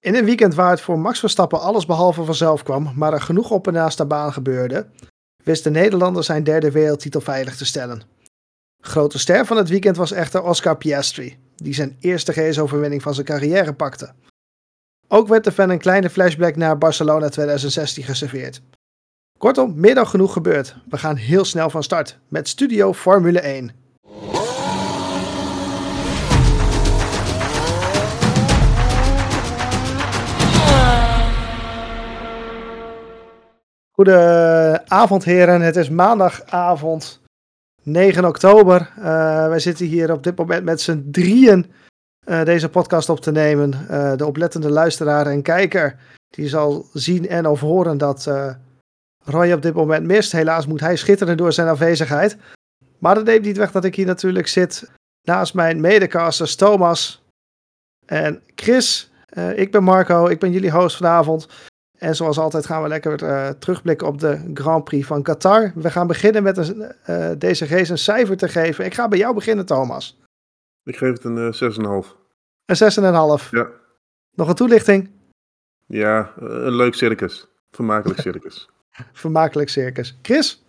In een weekend waar het voor Max Verstappen alles behalve vanzelf kwam, maar er genoeg op en naast de baan gebeurde, wist de Nederlander zijn derde wereldtitel veilig te stellen. Grote ster van het weekend was echter Oscar Piastri, die zijn eerste raceoverwinning van zijn carrière pakte. Ook werd de fan een kleine flashback naar Barcelona 2016 geserveerd. Kortom, meer dan genoeg gebeurd. We gaan heel snel van start met Studio Formule 1. Goedenavond heren, het is maandagavond 9 oktober. Wij zitten hier op dit moment met z'n drieën deze podcast op te nemen. De oplettende luisteraar en kijker die zal zien en of horen dat Roy op dit moment mist. Helaas moet hij schitteren door zijn afwezigheid. Maar dat neemt niet weg dat ik hier natuurlijk zit naast mijn medecasters Thomas en Chris. Ik ben Marco, ik ben jullie host vanavond. En zoals altijd gaan we lekker terugblikken op de Grand Prix van Qatar. We gaan beginnen met deze race een cijfer te geven. Ik ga bij jou beginnen, Thomas. Ik geef het een 6,5. Een 6,5? Ja. Nog een toelichting? Ja, een leuk circus. Vermakelijk circus. Vermakelijk circus. Chris?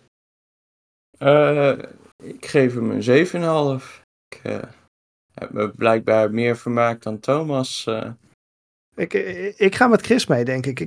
Ik geef hem een 7,5. Ik heb me blijkbaar meer vermaakt dan Thomas. Ik ga met Chris mee, denk ik.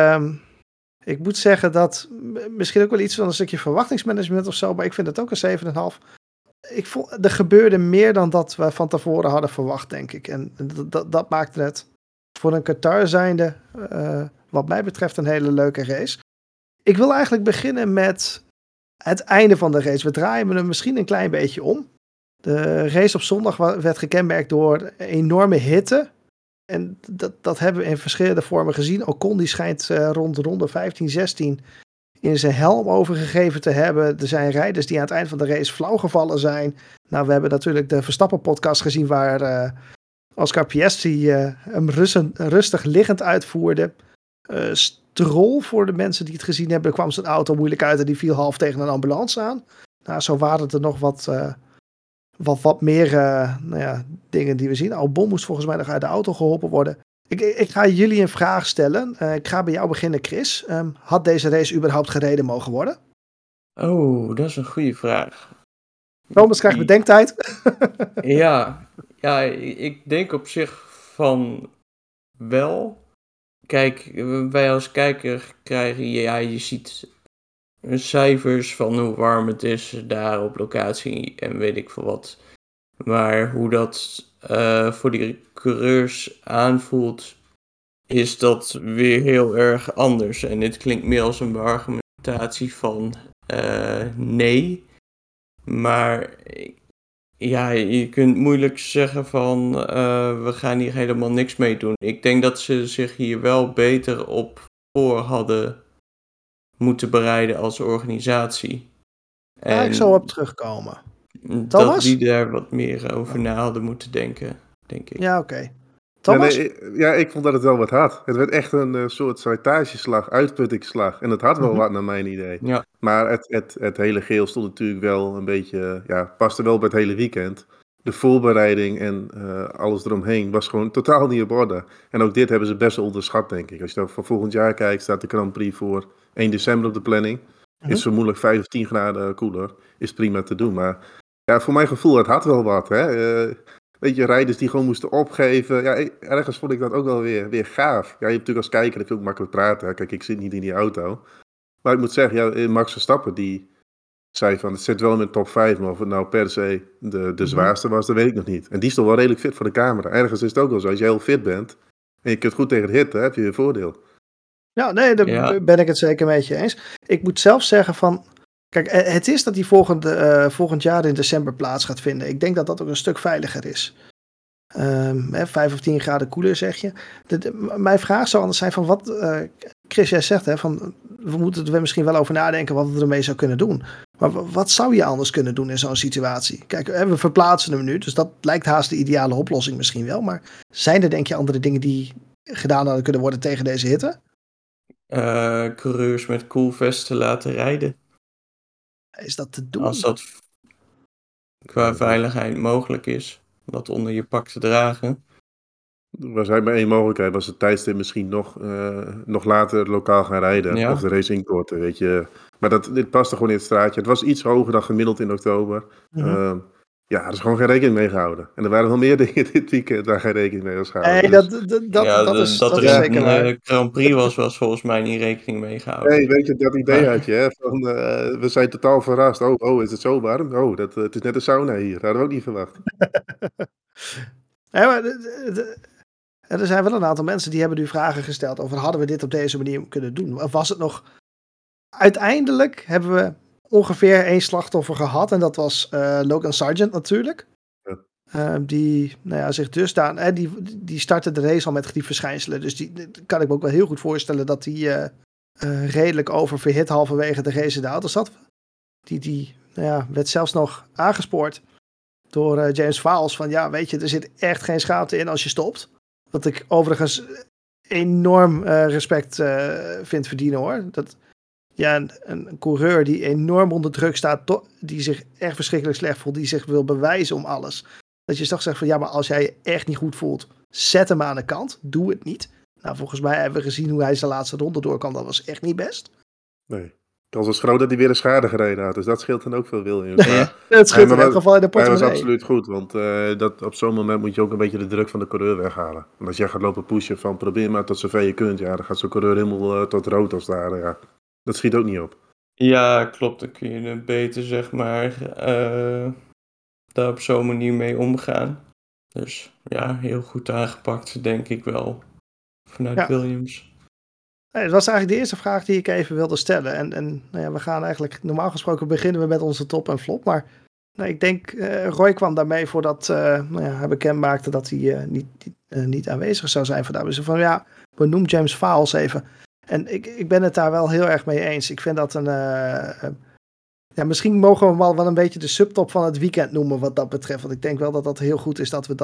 Ik moet zeggen dat misschien ook wel iets van een stukje verwachtingsmanagement of zo, maar ik vind het ook een 7,5. Ik vond, er gebeurde meer dan dat we van tevoren hadden verwacht, denk ik. En dat maakte het voor een Qatar zijnde, wat mij betreft, een hele leuke race. Ik wil eigenlijk beginnen met het einde van de race. We draaien hem misschien een klein beetje om. De race op zondag werd gekenmerkt door enorme hitte. En dat hebben we in verschillende vormen gezien. Ocon die schijnt rond de ronde 15, 16 in zijn helm overgegeven te hebben. Er zijn rijders die aan het eind van de race flauw gevallen zijn. Nou, we hebben natuurlijk de Verstappen podcast gezien waar Oscar Piastri hem rustig liggend uitvoerde. Stroll, voor de mensen die het gezien hebben, kwam zijn auto moeilijk uit en die viel half tegen een ambulance aan. Nou, zo waren er nog wat meer dingen die we zien. Albon moest volgens mij nog uit de auto geholpen worden. Ik ga jullie een vraag stellen. Ik ga bij jou beginnen, Chris. Had deze race überhaupt gereden mogen worden? Oh, dat is een goede vraag. Thomas krijgt bedenktijd. Ja, ik denk op zich van wel. Kijk, wij als kijker krijgen, je ziet cijfers van hoe warm het is daar op locatie en weet ik veel wat. Maar hoe dat voor die coureurs aanvoelt, is dat weer heel erg anders. En dit klinkt meer als een argumentatie van nee. Maar ja, je kunt moeilijk zeggen van we gaan hier helemaal niks mee doen. Ik denk dat ze zich hier wel beter op voor hadden moeten bereiden als organisatie. Ga ik zo op terugkomen. Dat Thomas? die daar wat meer over na hadden moeten denken, denk ik. Ja, oké. Thomas? Ik vond dat het wel wat had. Het werd echt een soort sabotageslag, uitputtingsslag. En het had wel wat naar mijn idee. Ja. Maar het hele geel stond natuurlijk wel een beetje, paste wel bij het hele weekend. De voorbereiding en alles eromheen was gewoon totaal niet op orde. En ook dit hebben ze best wel onderschat, denk ik. Als je dan voor volgend jaar kijkt, staat de Grand Prix voor 1 december op de planning. Is vermoedelijk 5 of 10 graden koeler. Is prima te doen. Maar ja, voor mijn gevoel, het had wel wat. Hè? Weet je, rijders die gewoon moesten opgeven. Ja, ergens vond ik dat ook wel weer gaaf. Ja, je hebt natuurlijk als kijker, dat vind ik makkelijk praten. Hè? Kijk, ik zit niet in die auto. Maar ik moet zeggen, Max Verstappen, die zei van, het zit wel in mijn top 5, maar of het nou per se de zwaarste was, dat weet ik nog niet. En die stond wel redelijk fit voor de camera. Ergens is het ook wel zo, als je heel fit bent en je kunt goed tegen de hitte, heb je een voordeel. Ja, nee, daar ben ik het zeker met je eens. Ik moet zelf zeggen van, kijk, het is dat die volgend jaar in december plaats gaat vinden. Ik denk dat dat ook een stuk veiliger is. 5 of 10 graden koeler, zeg je. Mijn vraag zou anders zijn van wat Chris, jij zegt, hè, van we moeten er misschien wel over nadenken wat we ermee zou kunnen doen. Maar wat zou je anders kunnen doen in zo'n situatie? Kijk, we verplaatsen hem nu, dus dat lijkt haast de ideale oplossing misschien wel. Maar zijn er, denk je, andere dingen die gedaan hadden kunnen worden tegen deze hitte? Coureurs met koelvesten laten rijden. Is dat te doen? Als dat qua veiligheid mogelijk is, om dat onder je pak te dragen. was hij maar één mogelijkheid. Was het tijdstip misschien nog later lokaal gaan rijden. Ja. Of de race inkorten, weet je. Maar dit paste gewoon in het straatje. Het was iets hoger dan gemiddeld in oktober. Ja, er is gewoon geen rekening mee gehouden. En er waren wel meer dingen dit weekend waar geen rekening mee was gehouden. Nee, Dus- dat is er zeker waar. een Grand Prix was volgens mij niet rekening mee gehouden. Nee, weet je, dat idee Maar- had je, hè? Van, we zijn totaal verrast. Oh, is het zo warm? Oh, het is net een sauna hier. Dat hadden we ook niet verwacht. Nee, maar er zijn wel een aantal mensen die hebben nu vragen gesteld over hadden we dit op deze manier kunnen doen? Of was het nog... Uiteindelijk hebben we ongeveer 1 slachtoffer gehad en dat was Logan Sargent natuurlijk. Ja. Die zich die startte de race al met die verschijnselen. Dus die kan ik me ook wel heel goed voorstellen dat die redelijk oververhit halverwege de race in de auto zat. Die werd zelfs nog aangespoord door James Vowles van ja, weet je, er zit echt geen schaamte in als je stopt. Wat ik overigens enorm respect vind verdienen hoor. Dat een coureur die enorm onder druk staat, die zich echt verschrikkelijk slecht voelt, die zich wil bewijzen om alles. Dat je toch zegt van ja, maar als jij je echt niet goed voelt, zet hem aan de kant. Doe het niet. Nou, volgens mij hebben we gezien hoe hij zijn laatste ronde doorkwam. Dat was echt niet best. Nee. De kans was groot dat hij weer een schade gereden had. Dus dat scheelt dan ook veel wil in. Het scheelt in elk geval in de Hij was portemonnee. absoluut goed. Want dat, op zo'n moment moet je ook een beetje de druk van de coureur weghalen. En als jij gaat lopen pushen van probeer maar tot zover je kunt. Ja, dan gaat zo'n coureur helemaal tot rood als daar. Ja. Dat schiet ook niet op. Ja, klopt. Dan kun je beter, zeg maar, daar op zo'n manier mee omgaan. Dus ja, heel goed aangepakt, denk ik wel. Vanuit Williams. Nee, het was eigenlijk de eerste vraag die ik even wilde stellen. En we gaan eigenlijk, normaal gesproken beginnen we met onze top en flop. Maar ik denk, Roy kwam daarmee voordat hij bekend maakte dat hij niet aanwezig zou zijn vandaag. Dus van ja, benoem James Vowles even. En ik ben het daar wel heel erg mee eens. Ik vind dat misschien mogen we hem wel een beetje de subtop van het weekend noemen wat dat betreft. Want ik denk wel dat dat heel goed is dat we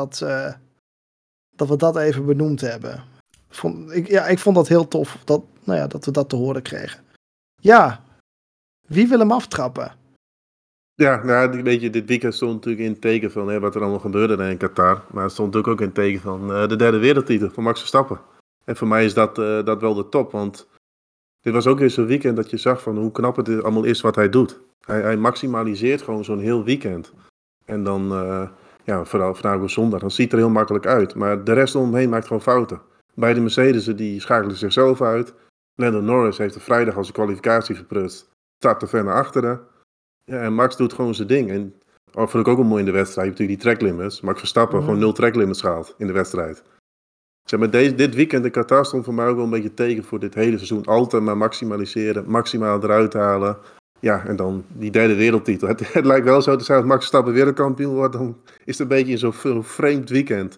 dat even benoemd hebben. Ik vond dat heel tof dat we dat te horen kregen. Ja, wie wil hem aftrappen? Ja, nou, weet je, dit weekend stond natuurlijk in het teken van wat er allemaal gebeurde in Qatar. Maar het stond natuurlijk ook in het teken van de derde wereldtitel van Max Verstappen. En voor mij is dat wel de top, want dit was ook weer zo'n weekend dat je zag van hoe knap het allemaal is wat hij doet. Hij maximaliseert gewoon zo'n heel weekend. En dan, vooral vandaag op zondag, dan ziet het er heel makkelijk uit. Maar de rest omheen maakt gewoon fouten. Bij de Mercedes, die schakelen zichzelf uit. Lando Norris heeft de vrijdag als een kwalificatie verprutst. Staat te ver naar achteren. Ja, en Max doet gewoon zijn ding. En dat vond ik ook wel mooi in de wedstrijd. Je hebt natuurlijk die track limits. Max Verstappen gewoon 0 track limits gehaald in de wedstrijd. Zeg maar, dit weekend in Qatar stond voor mij ook wel een beetje teken voor dit hele seizoen. Altijd maar maximaliseren, maximaal eruit halen. Ja, en dan die derde wereldtitel. Het lijkt wel zo te zijn als Max Verstappen wereldkampioen wordt, dan is het een beetje zo'n vreemd weekend.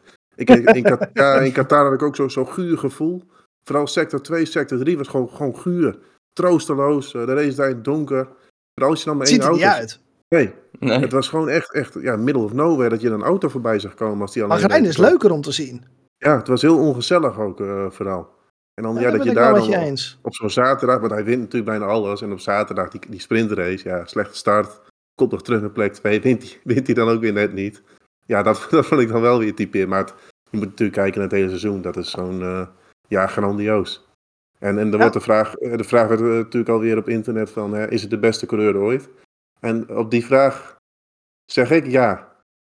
In Qatar had ik ook zo'n guur gevoel. Vooral sector 2, sector 3 was gewoon guur. Troosteloos, de race daar in het donker. Maar als je dan maar één auto... Het ziet er niet uit. Nee, het was gewoon echt middle of nowhere dat je een auto voorbij zag komen. Als die alleen Bahrein is leuker om te zien. Ja, het was heel ongezellig ook vooral. En dan dat je daar dan op zo'n zaterdag, want hij wint natuurlijk bijna alles. En op zaterdag die sprintrace, slechte start. Komt nog terug naar plek 2, wint hij dan ook weer net niet. Ja, dat vond ik dan wel weer typeer. Maar je moet natuurlijk kijken naar het hele seizoen. Dat is gewoon, grandioos. En er wordt de vraag werd natuurlijk alweer op internet van, is het de beste coureur ooit? En op die vraag zeg ik ja.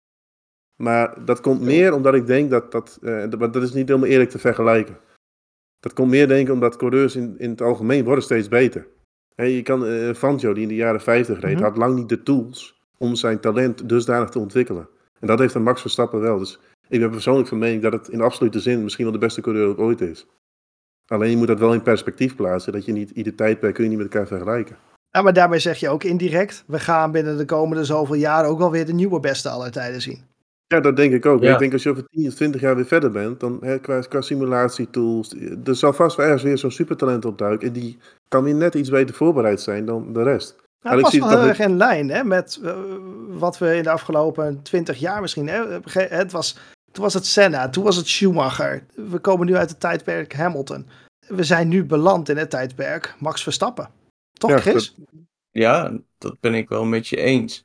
Maar dat komt meer omdat ik denk dat is niet helemaal eerlijk te vergelijken. Dat komt meer denk ik omdat coureurs in het algemeen worden steeds beter. Je kan Fangio, die in de jaren 50 reed, had lang niet de tools om zijn talent dusdanig te ontwikkelen. En dat heeft een Max Verstappen wel. Dus ik ben persoonlijk van mening dat het in absolute zin misschien wel de beste coureur ook ooit is. Alleen je moet dat wel in perspectief plaatsen, dat je niet ieder tijdperk kun je niet met elkaar vergelijken. Ja, maar daarmee zeg je ook indirect, we gaan binnen de komende zoveel jaren ook wel weer de nieuwe beste aller tijden zien. Ja, dat denk ik ook. Ja. Ik denk als je over 10 of 20 jaar weer verder bent, dan qua simulatietools, er zal vast wel ergens weer zo'n supertalent opduiken. En die kan weer net iets beter voorbereid zijn dan de rest. Nou, het was wel heel erg in lijn met wat we in de afgelopen 20 jaar misschien. Toen was het Senna, toen was het Schumacher. We komen nu uit het tijdperk Hamilton. We zijn nu beland in het tijdperk Max Verstappen. Toch, Chris? Ja, dat ben ik wel met je eens.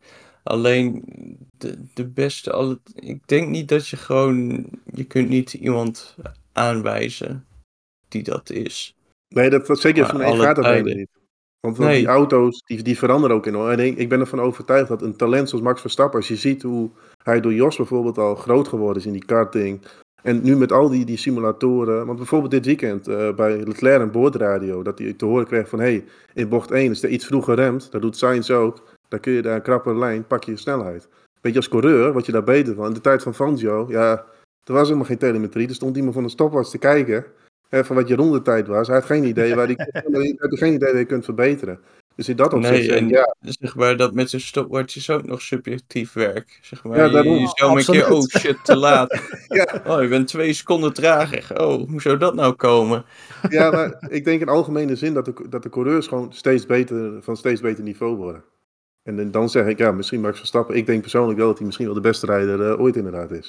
Alleen de beste... Ik denk niet dat je gewoon... Je kunt niet iemand aanwijzen die dat is. Nee, dat zeker Maar van mij alle gaat dat bijna tijden. niet. Want die Nee, auto's, die veranderen ook enorm. En ik ben ervan overtuigd dat een talent zoals Max Verstappen, als je ziet hoe hij door Jos bijvoorbeeld al groot geworden is in die karting. En nu met al die simulatoren. Want bijvoorbeeld dit weekend bij Leclerc en boordradio, dat hij te horen kreeg van, hey, in bocht 1 is er iets vroeger remd. Dat doet Sainz ook. Dan kun je daar een krappe lijn, pak je je snelheid. Weet je, als coureur word je daar beter van. In de tijd van Fangio, ja, er was helemaal geen telemetrie. Er stond iemand van de stopwatch te kijken. Van wat je rondetijd was. Hij had geen idee waar je kunt verbeteren. Dus in dat opzicht nee, zeg ik, en ja, zeg maar dat met zijn stopwatch is ook nog subjectief werk. Zeg maar, ja, je daarom. zou hem een keer, Absoluut. oh shit, te laat. Ja, Oh, je bent 2 seconden trager. Oh, hoe zou dat nou komen? ja, maar ik denk in algemene zin dat de coureurs gewoon van steeds beter niveau worden. En dan zeg ik, ja, misschien Max Verstappen. Ik denk persoonlijk wel dat hij misschien wel de beste rijder ooit inderdaad is.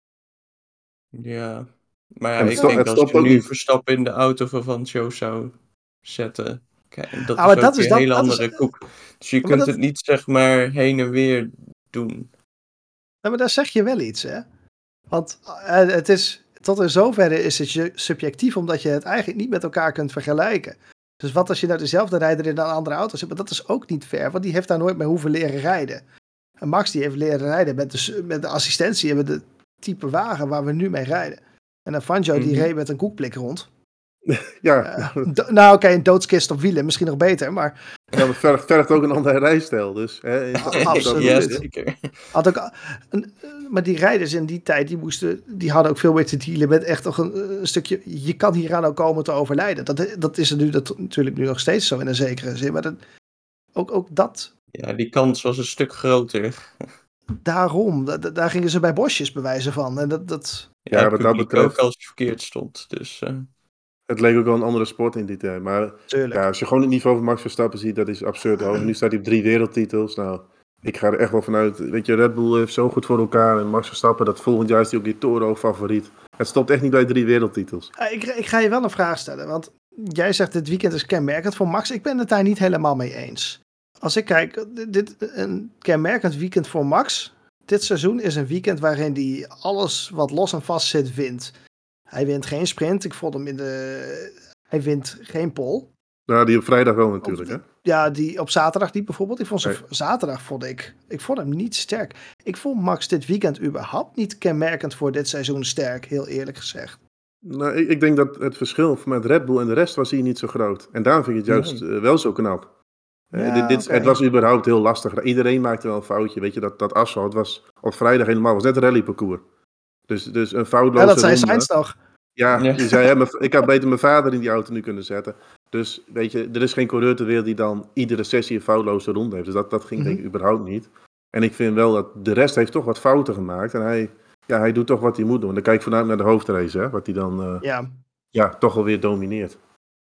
Ja, maar ja, En ik denk het als stopt je ook nu niet. Verstappen in de auto van Fangio zou zetten, kijk, dat Ah, is maar ook dat is weer een dan, hele dat is, andere koek. Dus je maar kunt het niet zeg maar heen en weer doen. maar daar zeg je wel iets, hè? Want het is, tot in zoverre is het subjectief, omdat je het eigenlijk niet met elkaar kunt vergelijken. Dus wat als je nou dezelfde rijder in een andere auto zit, maar dat is ook niet fair, want die heeft daar nooit mee hoeven leren rijden. En Max die heeft leren rijden met de assistentie en met de type wagen waar we nu mee rijden. En dan Fangio die reed met een koekblik rond. Ja, Nou oké, een doodskist op wielen, misschien nog beter, maar ja, maar vergt ook een andere rijstijl. Dus hè, in dat absoluut. Ja, opzicht. zeker. Had ook, maar die rijders in die tijd, die hadden ook veel meer te dealen met echt toch een stukje, je kan hieraan ook komen te overlijden. Dat is er nu natuurlijk nu nog steeds zo in een zekere zin, maar ook dat, Ja, die kans was een stuk groter. daarom, daar gingen ze bij bosjes bewijzen van. En dat Ja, Ja, het wat dat publiek ook betreft, als je verkeerd stond. Dus het leek ook wel een andere sport in die tijd. Maar tuurlijk. ja, als je gewoon het niveau van Max Verstappen ziet, dat is absurd hoog. Nu staat hij op 3 wereldtitels. Nou, ik ga er echt wel vanuit. Weet je, Red Bull heeft zo goed voor elkaar. En Max Verstappen, dat volgend jaar is hij ook die Toro favoriet. Het stopt echt niet bij 3 wereldtitels. Ik ga je wel een vraag stellen, want jij zegt dit weekend is kenmerkend voor Max. Ik ben het daar niet helemaal mee eens. Als ik kijk, een kenmerkend weekend voor Max. Dit seizoen is een weekend waarin hij alles wat los en vast zit wint. Hij wint geen sprint. Ik vond hem hij wint geen pole. Nou, die op vrijdag wel natuurlijk, hè? Ja, die op zaterdag niet bijvoorbeeld. Nee. Zaterdag ik vond hem niet sterk. Ik vond Max dit weekend überhaupt niet kenmerkend voor dit seizoen sterk, heel eerlijk gezegd. Nou, ik denk dat het verschil met Red Bull en de rest was hier niet zo groot. En daarom vind ik het juist wel zo knap. Ja, oké. Het was überhaupt heel lastig. Iedereen maakte wel een foutje. Weet je, dat asfalt was op vrijdag helemaal, was net een rallyparcours. Dus een foutloze Ja, dat zei ronde. Sainz toch. Ja, Ja. die zei, ik had beter mijn vader in die auto nu kunnen zetten. Dus weet je, er is geen coureur ter wereld die dan iedere sessie een foutloze ronde heeft. Dus dat ging denk ik überhaupt niet. En ik vind wel dat de rest heeft toch wat fouten gemaakt. En hij doet toch wat hij moet doen. Dan kijk ik vanuit naar de hoofdrace, hè, wat hij dan toch wel weer domineert.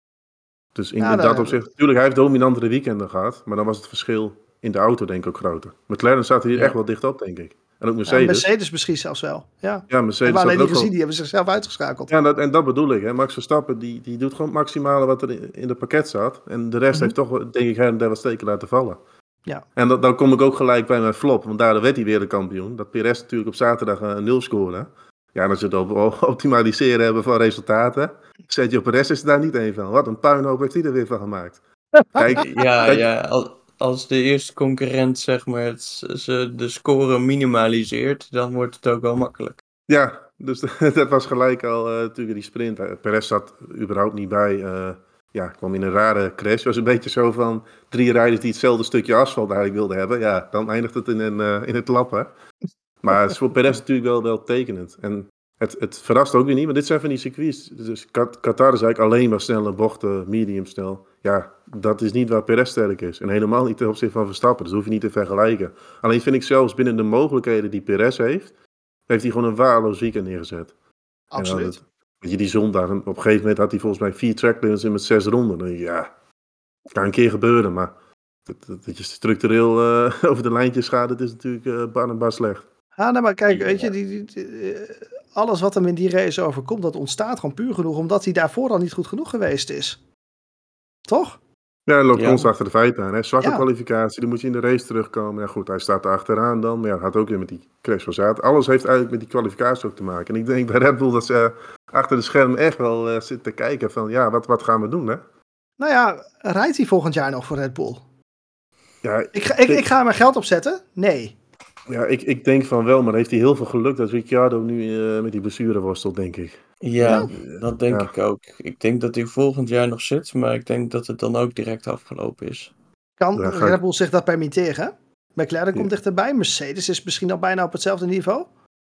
Dus in dat opzicht, natuurlijk, hij heeft dominantere weekenden gehad. Maar dan was het verschil in de auto denk ik ook groter. McLaren staat hier echt wel dicht op, denk ik. En ook Mercedes. Mercedes misschien zelfs wel. Ja, Mercedes. we alleen niet gezien, die hebben zichzelf uitgeschakeld. Ja, en dat bedoel ik. Hè. Max Verstappen die doet gewoon het maximale wat er in het pakket zat. En de rest heeft toch, denk ik, her en der wat steken laten vallen. Ja. En dan kom ik ook gelijk bij mijn flop. Want daardoor werd hij weer de kampioen. Dat Perez natuurlijk op zaterdag een 0 scoorde. Ja, en als je het op optimaliseren hebben van resultaten. Sergio Perez is er daar niet één van. Wat een puinhoop heeft hij er weer van gemaakt. Kijk, ja, als de eerste concurrent zeg maar de score minimaliseert, dan wordt het ook wel makkelijk. Ja, dus dat was gelijk al natuurlijk die sprint. Perez zat überhaupt niet bij. Kwam in een rare crash. Het was een beetje zo van 3 rijders die hetzelfde stukje asfalt eigenlijk wilden hebben. Ja, dan eindigt het in het lappen. Maar het is voor Perez natuurlijk wel tekenend. En het verrast ook weer niet, want dit zijn van die circuits. Dus Qatar is eigenlijk alleen maar snelle bochten, medium snel. Ja, dat is niet waar Perez sterk is. En helemaal niet ten opzichte van Verstappen. Dus dat hoef je niet te vergelijken. Alleen vind ik zelfs binnen de mogelijkheden die Perez heeft hij gewoon een waardeloos weekend neergezet. Absoluut. Weet je, die zondag, op een gegeven moment had hij volgens mij 4 tracklimits in met 6 ronden. Dan denk je, ja, het kan een keer gebeuren, maar dat je structureel over de lijntjes gaat, dat is natuurlijk bar en bar slecht. Nee, maar kijk, weet je, alles wat hem in die race overkomt, dat ontstaat gewoon puur genoeg, omdat hij daarvoor al niet goed genoeg geweest is. Toch? Ja, hij loopt Ja. constant achter de feiten aan. Hè. Zwakke Ja. kwalificatie, dan moet je in de race terugkomen. Ja goed, hij staat er achteraan dan. Maar ja, had ook weer met die crash van zaterdag. Alles heeft eigenlijk met die kwalificatie ook te maken. En ik denk bij Red Bull dat ze achter de scherm echt wel zitten te kijken van... Ja, wat gaan we doen, hè? Nou ja, rijdt hij volgend jaar nog voor Red Bull? Ja, Ik ga er mijn geld op zetten? Nee. ja, ik denk van wel, maar heeft hij heel veel geluk dat Ricciardo nu met die blessure worstelt, denk ik. Ja, Ja. dat denk Ja. ik ook. Ik denk dat hij volgend jaar nog zit, maar ik denk dat het dan ook direct afgelopen is. Kan Daar ga ik- Red Bull zich dat permitteren? McLaren Ja. komt dichterbij. Mercedes is misschien al bijna op hetzelfde niveau.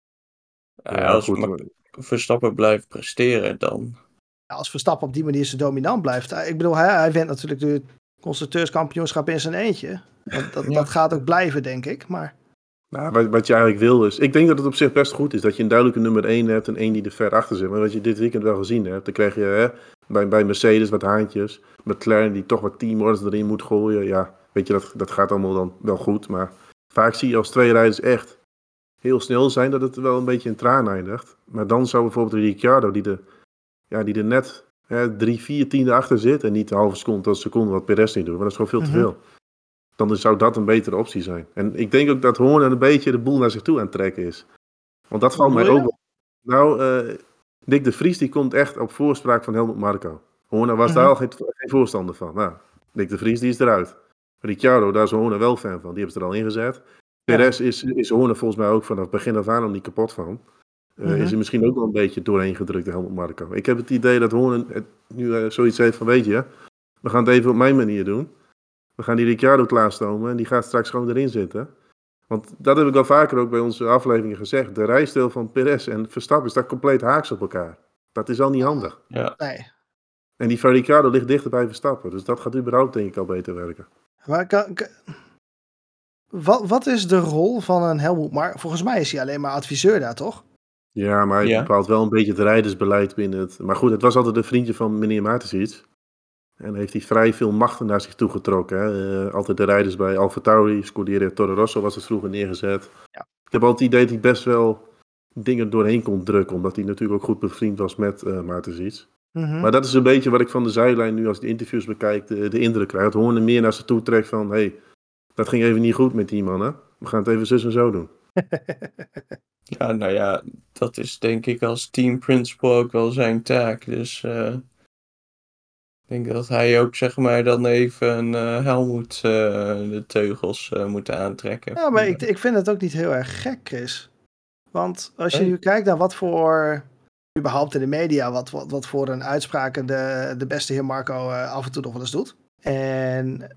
Ja, Als goed, maar- Verstappen blijft presteren, dan... Ja, als Verstappen op die manier zo dominant blijft. Ik bedoel, hij wint natuurlijk de constructeurskampioenschap in zijn eentje. En dat gaat ook blijven, denk ik. Maar Nou, wat je eigenlijk wil is... Ik denk dat het op zich best goed is dat je een duidelijke nummer 1 hebt en één die er ver achter zit. Maar wat je dit weekend wel gezien hebt, dan krijg je bij Mercedes wat haantjes. McLaren die toch wat teamorders erin moet gooien. Ja, weet je, dat gaat allemaal dan wel goed. Maar vaak zie je als twee rijders echt heel snel zijn dat het wel een beetje in traan eindigt. Maar dan zou bijvoorbeeld Ricciardo, die er net 3-4 tienden achter zit en niet een halve seconde tot een seconde wat Perez niet doet. Maar dat is gewoon veel te veel. Dan zou dat een betere optie zijn. En ik denk ook dat Horner een beetje de boel naar zich toe aan het trekken is. Want dat valt mij Hoe ook bedoel wel. Nou, Nick de Vries die komt echt op voorspraak van Helmut Marko. Horner was daar al geen voorstander van. Nou, Nick de Vries die is eruit. Ricciardo, daar is Horner wel fan van. Die hebben ze er al ingezet. Perez is Horner volgens mij ook vanaf begin af aan al niet kapot van. Is er misschien ook wel een beetje doorheen gedrukt door Helmut Marko. Ik heb het idee dat Horner nu zoiets heeft van, weet je, we gaan het even op mijn manier doen. We gaan die Ricciardo klaarstomen en die gaat straks gewoon erin zitten. Want dat heb ik al vaker ook bij onze afleveringen gezegd. De rijstijl van Perez en Verstappen staat compleet haaks op elkaar. Dat is al niet handig. Ja. nee. En die van Ricciardo ligt dichter bij Verstappen. Dus dat gaat überhaupt denk ik al beter werken. Maar wat is de rol van een Helmut Marko? Volgens mij is hij alleen maar adviseur daar, toch? Ja, maar hij Ja. bepaalt wel een beetje het rijdersbeleid binnen het... Maar goed, het was altijd een vriendje van meneer Mateschitz. En heeft hij vrij veel machten naar zich toe getrokken. Hè. Altijd de rijders bij AlphaTauri, Scuderia Toro Rosso was het vroeger neergezet. Ja. Ik heb altijd het idee dat hij best wel dingen doorheen kon drukken. Omdat hij natuurlijk ook goed bevriend was met Mateschitz. Maar dat is een beetje wat ik van de zijlijn nu als ik de interviews bekijk de indruk krijg. Dat Horner meer naar ze toe trekt van... Hey, dat ging even niet goed met die mannen. We gaan het even zus en zo doen. Ja, nou ja, dat is denk ik als team principal ook wel zijn taak. Dus ik denk dat hij ook zeg maar dan even Helmut de teugels moet aantrekken. Ja, maar ik vind het ook niet heel erg gek, Chris. Want als je Nee. nu kijkt naar wat voor, überhaupt in de media, wat voor een uitspraken de beste heer Marko af en toe nog wel eens doet. En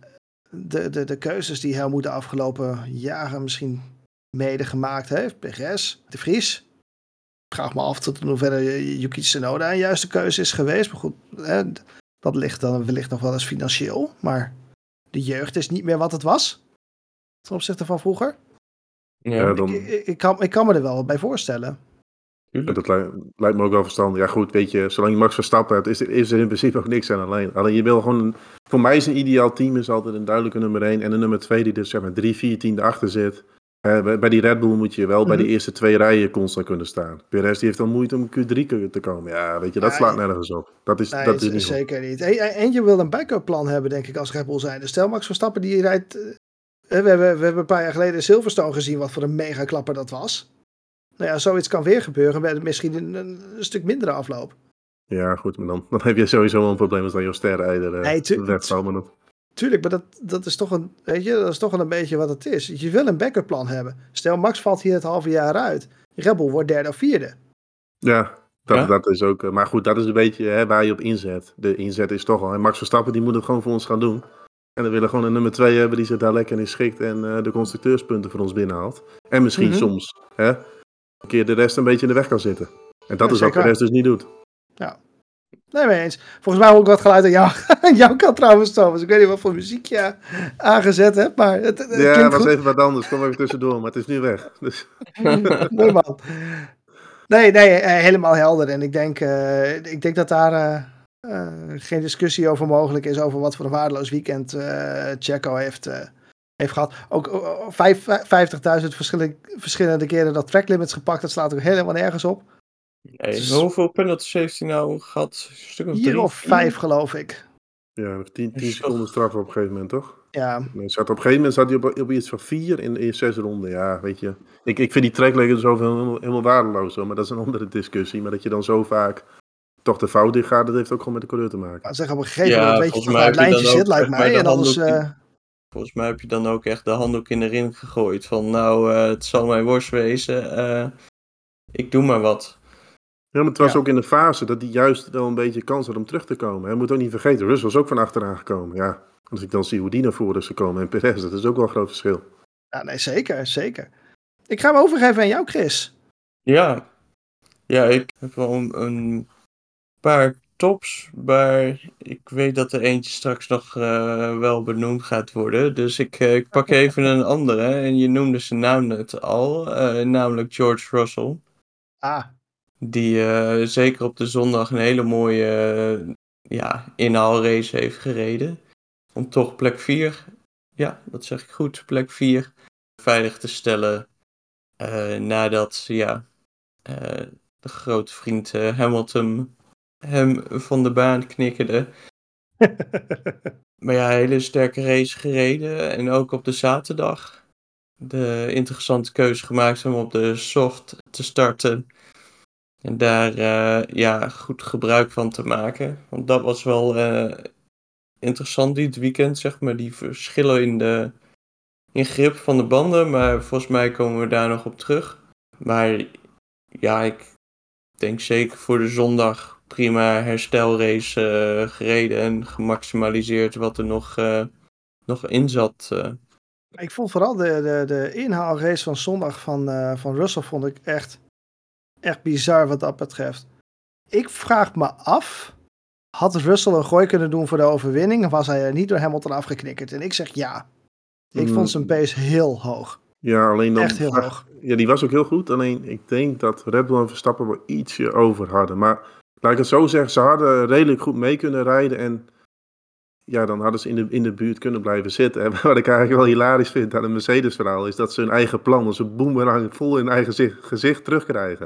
de keuzes die Helmut de afgelopen jaren misschien mede gemaakt heeft. Perez, de Vries. Ik vraag me af tot in hoeverre Yuki Tsunoda een juiste keuze is geweest. Maar goed, dat ligt dan wellicht nog wel eens financieel. Maar de jeugd is niet meer wat het was. Ten opzichte van vroeger. Ja, Dan, Ik kan me er wel wat bij voorstellen. tuurlijk. dat lijkt me ook wel verstandig. Ja goed, weet je, zolang je Max Verstappen hebt, is er in principe ook niks aan alleen. Alleen je wil gewoon, voor mij is een ideaal team is altijd een duidelijke nummer 1 en een nummer 2 die dus zeg maar 3-4 tienden achter zit. Bij die Red Bull moet je wel bij de eerste 2 rijen constant kunnen staan. Perez die heeft dan moeite om Q3 te komen. Ja, weet je, dat slaat nergens op. Dat is niet goed. Zeker niet. En je wil een backup plan hebben, denk ik, als Red Bull zijn. Dus stel Max Verstappen die rijdt... we hebben een paar jaar geleden in Silverstone gezien wat voor een mega klapper dat was. Nou ja, zoiets kan weer gebeuren met misschien een stuk mindere afloop. Ja, goed, maar dan heb je sowieso wel een probleem als dan je sterrijder wegvalt. Maar Tuurlijk, maar dat is toch een, weet je, dat is toch wel een beetje wat het is. Je wil een backup plan hebben. Stel Max valt hier het halve jaar uit. Red Bull wordt derde of vierde. Ja, dat is ook... maar goed, dat is een beetje waar je op inzet. De inzet is toch al... Max Verstappen die moet het gewoon voor ons gaan doen. En we willen gewoon een nummer 2 hebben die zich daar lekker in schikt en de constructeurspunten voor ons binnenhaalt. En misschien soms een keer de rest een beetje in de weg kan zitten. En dat is wat de rest dus niet doet. Ja. Nee, mee eens. Volgens mij hoor ik wat geluid aan jouw kant trouwens, Thomas. Ik weet niet wat voor muziek je aangezet hebt, maar het ja, het was goed. even wat anders. Kom even tussendoor, maar het is nu weg. Dus. Mooi man. Nee, helemaal helder. En ik denk dat daar geen discussie over mogelijk is over wat voor een waardeloos weekend Checo heeft gehad. Ook 50.000 verschillende keren dat track limits gepakt. Dat slaat ook helemaal nergens op. Nee, hoeveel penalties heeft hij nou gehad? Een stuk of 4 3, of 5 geloof ik. Ja, 10 Is seconden toch... straf op een gegeven moment, toch? Ja, Nee, op een gegeven moment zat hij op iets van 4 in 6 ronden. Ja, weet je. Ik vind die trackleggen zoveel helemaal waardeloos, hoor, maar dat is een andere discussie. Maar dat je dan zo vaak toch de fout in gaat, dat heeft ook gewoon met de coureur te maken. maar zeg, op een gegeven moment Ja, weet je volgens toch mij waar het heb je lijntje dan zit, ook lijkt zeg maar mij. de En anders, handdoek. Volgens mij heb je dan ook echt de handdoek in de ring gegooid. Van nou, het zal mijn worst wezen. Ik doe maar wat. Ja, maar het was Ja. ook in de fase dat hij juist wel een beetje kans had om terug te komen. Hij moet ook niet vergeten, Russell was ook van achteraan gekomen. Ja, als ik dan zie hoe die naar voren is gekomen en Perez, dat is ook wel een groot verschil. Ja, nee, zeker, zeker. Ik ga hem overgeven aan jou, Chris. Ja, ik heb wel een paar tops. Maar ik weet dat er eentje straks nog wel benoemd gaat worden. Dus ik pak even een andere. En je noemde zijn naam net al. Namelijk George Russell. Ah, Die zeker op de zondag een hele mooie inhaalrace heeft gereden. Om toch plek 4, ja, dat zeg ik goed, plek 4 veilig te stellen. Nadat de grote vriend Hamilton hem van de baan knikkerde. Maar ja, hele sterke race gereden. En ook op de zaterdag de interessante keuze gemaakt om op de soft te starten. En daar goed gebruik van te maken. Want dat was wel interessant dit weekend, zeg maar. Die verschillen in grip van de banden. Maar volgens mij komen we daar nog op terug. Maar ja, ik denk zeker voor de zondag prima herstelrace gereden. En gemaximaliseerd wat er nog in zat. ik vond vooral de inhaalrace van zondag van Russell vond ik echt bizar wat dat betreft. Ik vraag me af, had Russell een gooi kunnen doen voor de overwinning? Of was hij er niet door Hamilton afgeknikkerd? En ik zeg ja. Ik vond zijn pace heel hoog. Ja, alleen dan... Echt heel hoog. Ja, die was ook heel goed. Alleen ik denk dat Red Bull en Verstappen wel ietsje over hadden. Maar laat ik het zo zeggen, ze hadden redelijk goed mee kunnen rijden. En ja, dan hadden ze in de buurt kunnen blijven zitten. En wat ik eigenlijk wel hilarisch vind aan een Mercedes-verhaal is dat ze hun eigen plan als een boemerang vol in eigen gezicht terugkrijgen.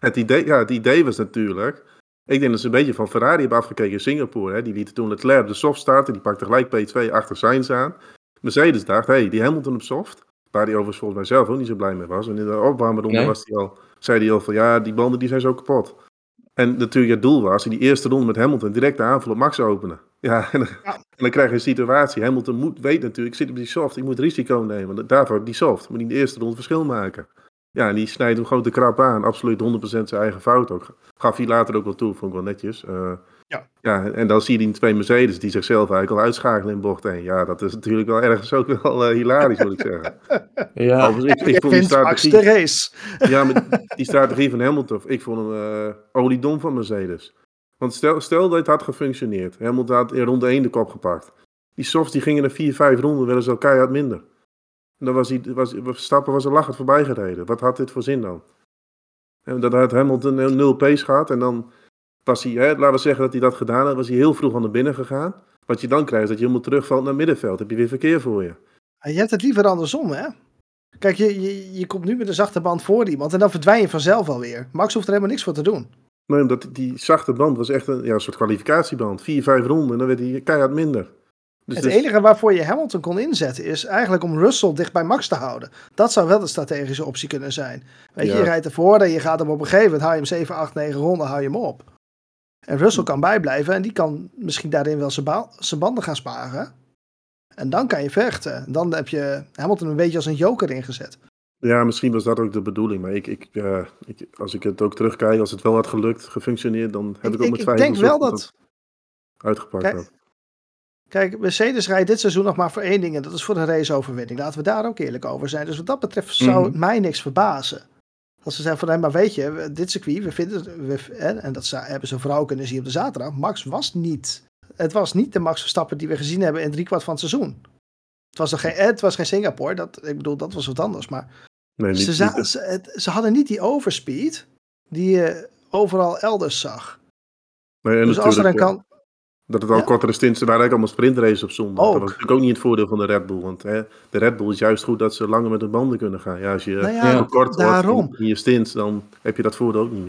Het idee was natuurlijk... Ik denk dat ze een beetje van Ferrari hebben afgekeken in Singapore. Hè. Die lieten toen Leclerc op de soft starten. Die pakte gelijk P2 achter Sainz aan. Mercedes dacht, die Hamilton op soft. Waar hij overigens volgens mij zelf ook niet zo blij mee was. En in de opwarmronde Nee. zei hij al van ja, die banden die zijn zo kapot. En natuurlijk het doel was, in die eerste ronde met Hamilton direct de aanval op Max openen. Ja, en dan krijg je een situatie. Hamilton weet natuurlijk, ik zit op die soft, ik moet risico nemen. Daarvoor die soft, moet in de eerste ronde verschil maken. Ja, en die snijdt hem gewoon te krap aan. Absoluut 100% zijn eigen fout ook. Gaf hij later ook wel toe, vond ik wel netjes. Ja, en dan zie je die twee Mercedes die zichzelf eigenlijk al uitschakelen in bocht 1. Ja, dat is natuurlijk wel ergens ook wel hilarisch, moet ik zeggen. Ja. Overigens, ik vond die Wint Max strategie... de race. Ja, maar die strategie van Hamilton, ik vond hem oliedom van Mercedes. Want stel dat het had gefunctioneerd. Hamilton had in ronde 1 de kop gepakt. Die softs die gingen er 4, 5 ronden, werden ze al keihard minder. En dan Verstappen was er lachend voorbij gereden. Wat had dit voor zin dan? En dan had Hamilton 0 pace gehad en dan was hij, laten we zeggen dat hij dat gedaan had, was hij heel vroeg aan de binnen gegaan. Wat je dan krijgt, is dat je helemaal terugvalt naar het middenveld. Heb je weer verkeer voor je. Je hebt het liever andersom, hè? Kijk, je komt nu met een zachte band voor iemand en dan verdwijn je vanzelf alweer. Max hoeft er helemaal niks voor te doen. Nee, omdat die zachte band was echt een soort kwalificatieband. 4, 5 ronden en dan werd hij keihard minder. Dus het enige waarvoor je Hamilton kon inzetten is eigenlijk om Russell dicht bij Max te houden. Dat zou wel de strategische optie kunnen zijn. Weet je rijdt ervoor en je gaat hem op een gegeven moment, hou je hem 7, 8, 9 ronden, hou je hem op. En Russell kan bijblijven en die kan misschien daarin wel zijn banden gaan sparen. En dan kan je vechten. Dan heb je Hamilton een beetje als een joker ingezet. Ja, misschien was dat ook de bedoeling. Maar als ik het ook terugkijk, als het wel had gelukt, gefunctioneerd, dan heb ik ook met twijfels denk wel dat uitgepakt had. Kijk, Mercedes rijdt dit seizoen nog maar voor één ding en dat is voor de raceoverwinning. Laten we daar ook eerlijk over zijn. Dus wat dat betreft zou het mij niks verbazen. Als ze zeggen van, maar weet je, dit circuit, we vinden en dat hebben ze vooral kunnen zien op de zaterdag, Max was niet. Het was niet de Max Verstappen die we gezien hebben in 3/4 van het seizoen. Het was geen Singapore, dat was wat anders. Maar nee, ze hadden niet die overspeed die je overal elders zag. Nee, en dus als er een kan... Dat het al kortere stints waren, eigenlijk allemaal sprintraces op zondag. Ook. Dat was natuurlijk ook niet het voordeel van de Red Bull. Want de Red Bull is juist goed dat ze langer met de banden kunnen gaan. Ja, als je kort wordt in je stints, dan heb je dat voordeel ook niet meer.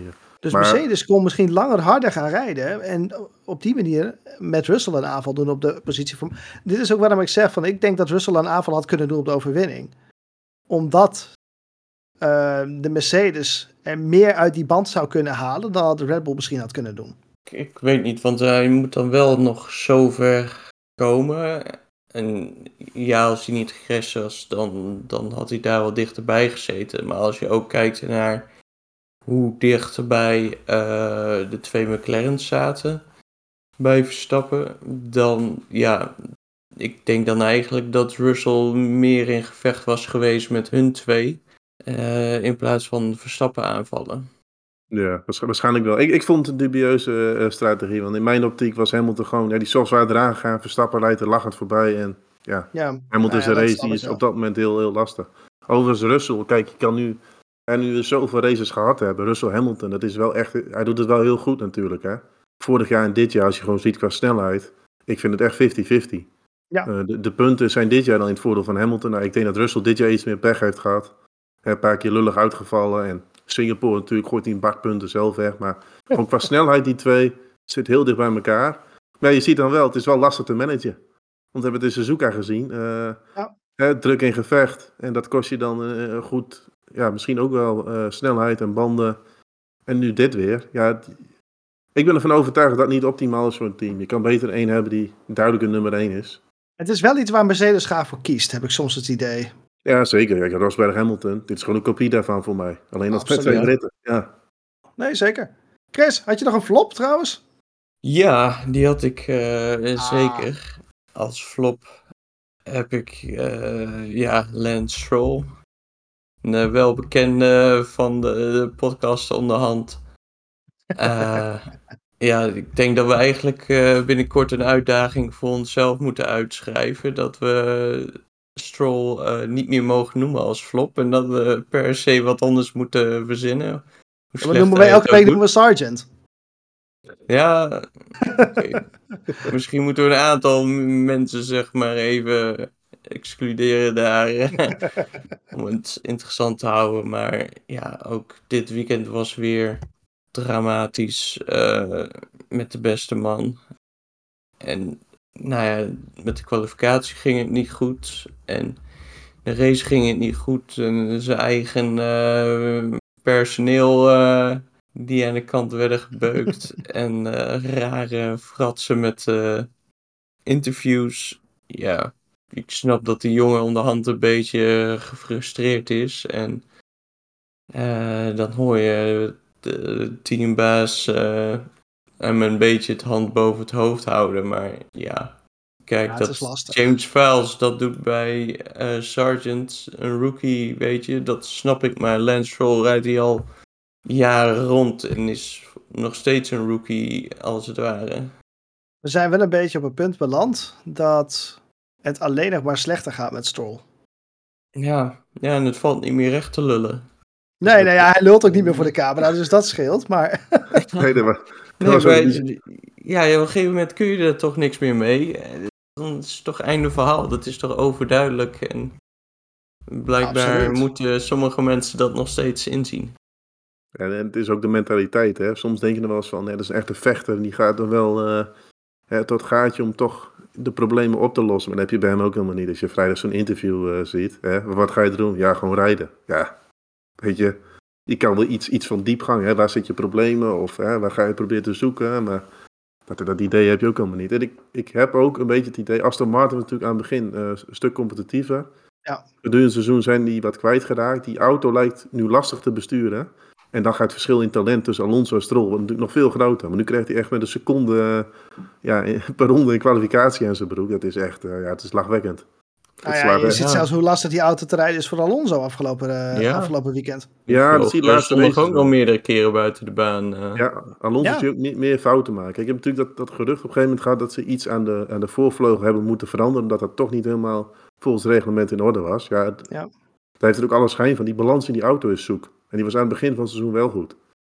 Dus Maar- Mercedes kon misschien langer harder gaan rijden. En op die manier met Russell een aanval doen op de positie van... Dit is ook waarom ik zeg van ik denk dat Russell een aanval had kunnen doen op de overwinning. Omdat de Mercedes er meer uit die band zou kunnen halen dan de Red Bull misschien had kunnen doen. Ik weet niet, want je moet dan wel nog zo ver komen. En ja, als hij niet gecrashed was, dan had hij daar wel dichterbij gezeten. Maar als je ook kijkt naar hoe dichterbij de twee McLaren's zaten bij Verstappen, dan ja, ik denk dan eigenlijk dat Russell meer in gevecht was geweest met hun twee, in plaats van Verstappen aanvallen. Ja, waarschijnlijk wel. Ik vond het een dubieuze strategie. Want in mijn optiek was Hamilton gewoon... Ja, die zal zwaar eraan gegaan. Verstappen rijdt er lachend voorbij. En ja, Ja, Hamilton zijn dat race snap die ik is wel. op dat moment heel, heel lastig. Overigens Russell, kijk, je kan nu... En nu we zoveel races gehad hebben, Russell Hamilton, dat is wel echt... Hij doet het wel heel goed natuurlijk, hè. Vorig jaar en dit jaar, als je gewoon ziet qua snelheid... Ik vind het echt 50-50. Ja. De punten zijn dit jaar dan in het voordeel van Hamilton. Nou, ik denk dat Russell dit jaar iets meer pech heeft gehad. Een paar keer lullig uitgevallen. En Singapore natuurlijk gooit hij een bak punten zelf weg. Maar gewoon qua snelheid, die twee zit heel dicht bij elkaar. Maar je ziet dan wel, het is wel lastig te managen. Want we hebben het in Suzuka gezien. Druk in gevecht. En dat kost je dan goed, ja, misschien ook wel snelheid en banden. En nu dit weer. Ja, ik ben ervan overtuigd dat het niet optimaal is voor een team. Je kan beter één hebben die duidelijk een nummer 1 is. Het is wel iets waar Mercedes graag voor kiest, heb ik soms het idee. Ja, zeker. Kijk, Rosberg Hamilton. Dit is gewoon een kopie daarvan voor mij. Alleen als met Absoluut. twee Britten. Ja. Nee, zeker. Chris, had je nog een flop trouwens? Ja, die had ik zeker. Als flop heb ik Lance Stroll. Een welbekende van de podcast onderhand. Ja, ik denk dat we eigenlijk binnenkort een uitdaging voor onszelf moeten uitschrijven. Dat we Stroll niet meer mogen noemen als flop. En dat we per se wat anders moeten verzinnen. Hoe We slecht noemen hij wij het elke ook week doet. noemen we Sargent. Ja, oké. Misschien moeten we een aantal mensen zeg maar even excluderen daar. Om het interessant te houden. Maar ja, ook dit weekend was weer dramatisch met de beste man. En nou ja, met de kwalificatie ging het niet goed. En de race ging het niet goed. En zijn eigen personeel die aan de kant werden gebeukt. En rare fratsen met interviews. Ja, ik snap dat die jongen onderhand een beetje gefrustreerd is. En dan hoor je de teambaas hem een beetje het hand boven het hoofd houden. Maar ja, kijk, Ja, het is lastig. James Vowles dat doet bij Sargent, een rookie, weet je, dat snap ik. Maar Lance Stroll rijdt hij al jaren rond en is nog steeds een rookie, als het ware. We zijn wel een beetje op een punt beland dat het alleen nog maar slechter gaat met Stroll. Ja, en het valt niet meer recht te lullen. Nee, hij lult ook niet meer voor de camera, dus dat scheelt. Maar Nee, dat was Nee, ook maar niet- ja, op een gegeven moment kun je er toch niks meer mee. Dan is het toch einde verhaal. Dat is toch overduidelijk. En blijkbaar Absoluut. moeten sommige mensen dat nog steeds inzien. En het is ook de mentaliteit, hè. Soms denk je er wel eens van, nee, dat is echt een vechter. Die gaat dan wel tot gaatje om toch de problemen op te lossen. Maar dat heb je bij hem ook helemaal niet. Als je vrijdag zo'n interview ziet, hè. Wat ga je doen? Ja, gewoon rijden. Ja, weet je, je kan wel iets van diepgang, hè. Waar zit je problemen? Of waar ga je proberen te zoeken? Maar dat idee heb je ook helemaal niet. En ik heb ook een beetje het idee, Aston Martin was natuurlijk aan het begin een stuk competitiever. Ja. Gedurende het seizoen zijn die wat kwijtgeraakt. Die auto lijkt nu lastig te besturen. En dan gaat het verschil in talent tussen Alonso en Stroll wordt natuurlijk nog veel groter. Maar nu krijgt hij echt met een seconde per ronde in kwalificatie aan zijn broek. Dat is echt, het is lachwekkend. nou Het ja, slaat je echt. ziet zelfs hoe lastig die auto te rijden is voor Alonso afgelopen weekend. Ja, dat zie je de laatste sommige races ook nog wel. meerdere keren buiten de baan. Ja, Alonso Ja. zie je ook niet meer fouten maken. Ik heb natuurlijk dat gerucht op een gegeven moment gehad dat ze iets aan de voorvleugel hebben moeten veranderen. Omdat dat toch niet helemaal volgens het reglement in orde was. Ja, Ja. daar heeft het ook alle schijn van. Die balans in die auto is zoek. En die was aan het begin van het seizoen wel goed.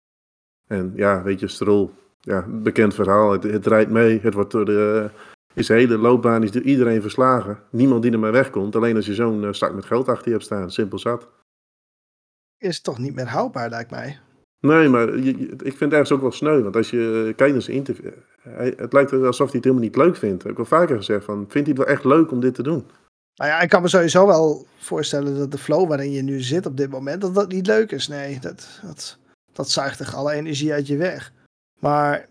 En ja, weet je, Stroll, ja, bekend verhaal. Het rijdt mee. Het wordt in zijn hele loopbaan is door iedereen verslagen. Niemand die er maar wegkomt. Alleen als je zo'n zak met geld achter je hebt staan. Simpel zat. Is toch niet meer houdbaar, lijkt mij. Nee, maar ik vind het ergens ook wel sneu. Want als je kijkt naar zijn interview... Het lijkt alsof hij het helemaal niet leuk vindt. Ik heb wel vaker gezegd van... Vindt hij het wel echt leuk om dit te doen? Nou ja, ik kan me sowieso wel voorstellen dat de flow waarin je nu zit op dit moment, dat dat niet leuk is. Nee, dat zuigt toch alle energie uit je weg. Maar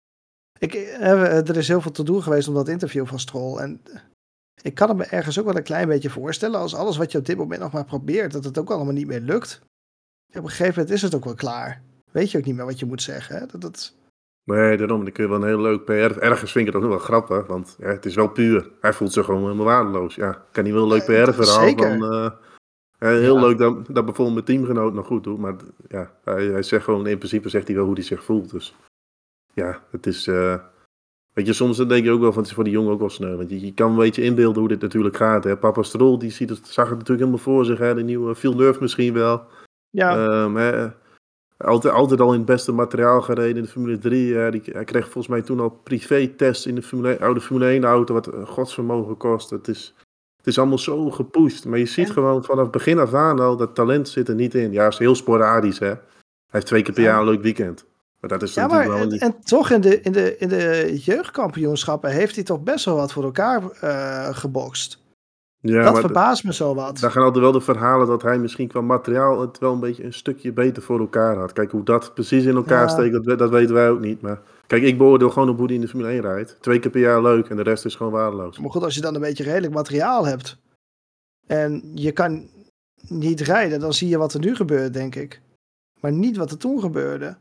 er is heel veel te doen geweest om dat interview van Stroll. En ik kan het me ergens ook wel een klein beetje voorstellen. Als alles wat je op dit moment nog maar probeert, dat het ook allemaal niet meer lukt. Op een gegeven moment is het ook wel klaar. Weet je ook niet meer wat je moet zeggen. Hè? Nee, daarom. Dan kun je wel een heel leuk PR. Ergens vind ik het ook nog wel grappig. Want ja, het is wel puur. Hij voelt zich gewoon helemaal waardeloos. Ja, kan hij wel een leuk PR-verhaal zeker. van... heel leuk dat bijvoorbeeld mijn teamgenoot nog goed doet. Maar ja, hij zegt gewoon... In principe zegt hij wel hoe hij zich voelt. Dus ja, het is... weet je, soms dan denk je ook wel van... Het is voor die jongen ook wel sneu. Want je kan een beetje inbeelden hoe dit natuurlijk gaat. Hè. Papa Stroll, die zag het natuurlijk helemaal voor zich. Hè. De nieuwe Villeneuve misschien wel. Ja. Altijd al in het beste materiaal gereden in de Formule 3. Hij kreeg volgens mij toen al privé-tests in de oude Formule 1 auto, wat godsvermogen kost. Het is allemaal zo gepusht. Maar je ziet gewoon vanaf begin af aan al, dat talent zit er niet in. Ja, het is heel sporadisch, hè. Hij heeft 2 keer per jaar een leuk weekend. Maar dat is natuurlijk wel niet... En toch in de jeugdkampioenschappen heeft hij toch best wel wat voor elkaar gebokst. Ja, dat verbaast me zo wat. Daar gaan altijd wel de verhalen dat hij misschien qua materiaal het wel een beetje een stukje beter voor elkaar had. Kijk, hoe dat precies in elkaar steekt, dat weten wij ook niet. Maar kijk, ik beoordeel gewoon op hoe hij in de Formule 1 rijdt. 2 keer per jaar leuk en de rest is gewoon waardeloos. Maar goed, als je dan een beetje redelijk materiaal hebt en je kan niet rijden, dan zie je wat er nu gebeurt, denk ik. Maar niet wat er toen gebeurde.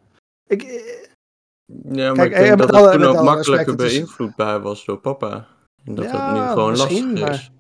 Ja, maar kijk, ik denk dat het toen ook makkelijker beïnvloedbaar was door papa. En dat het nu gewoon lastig is.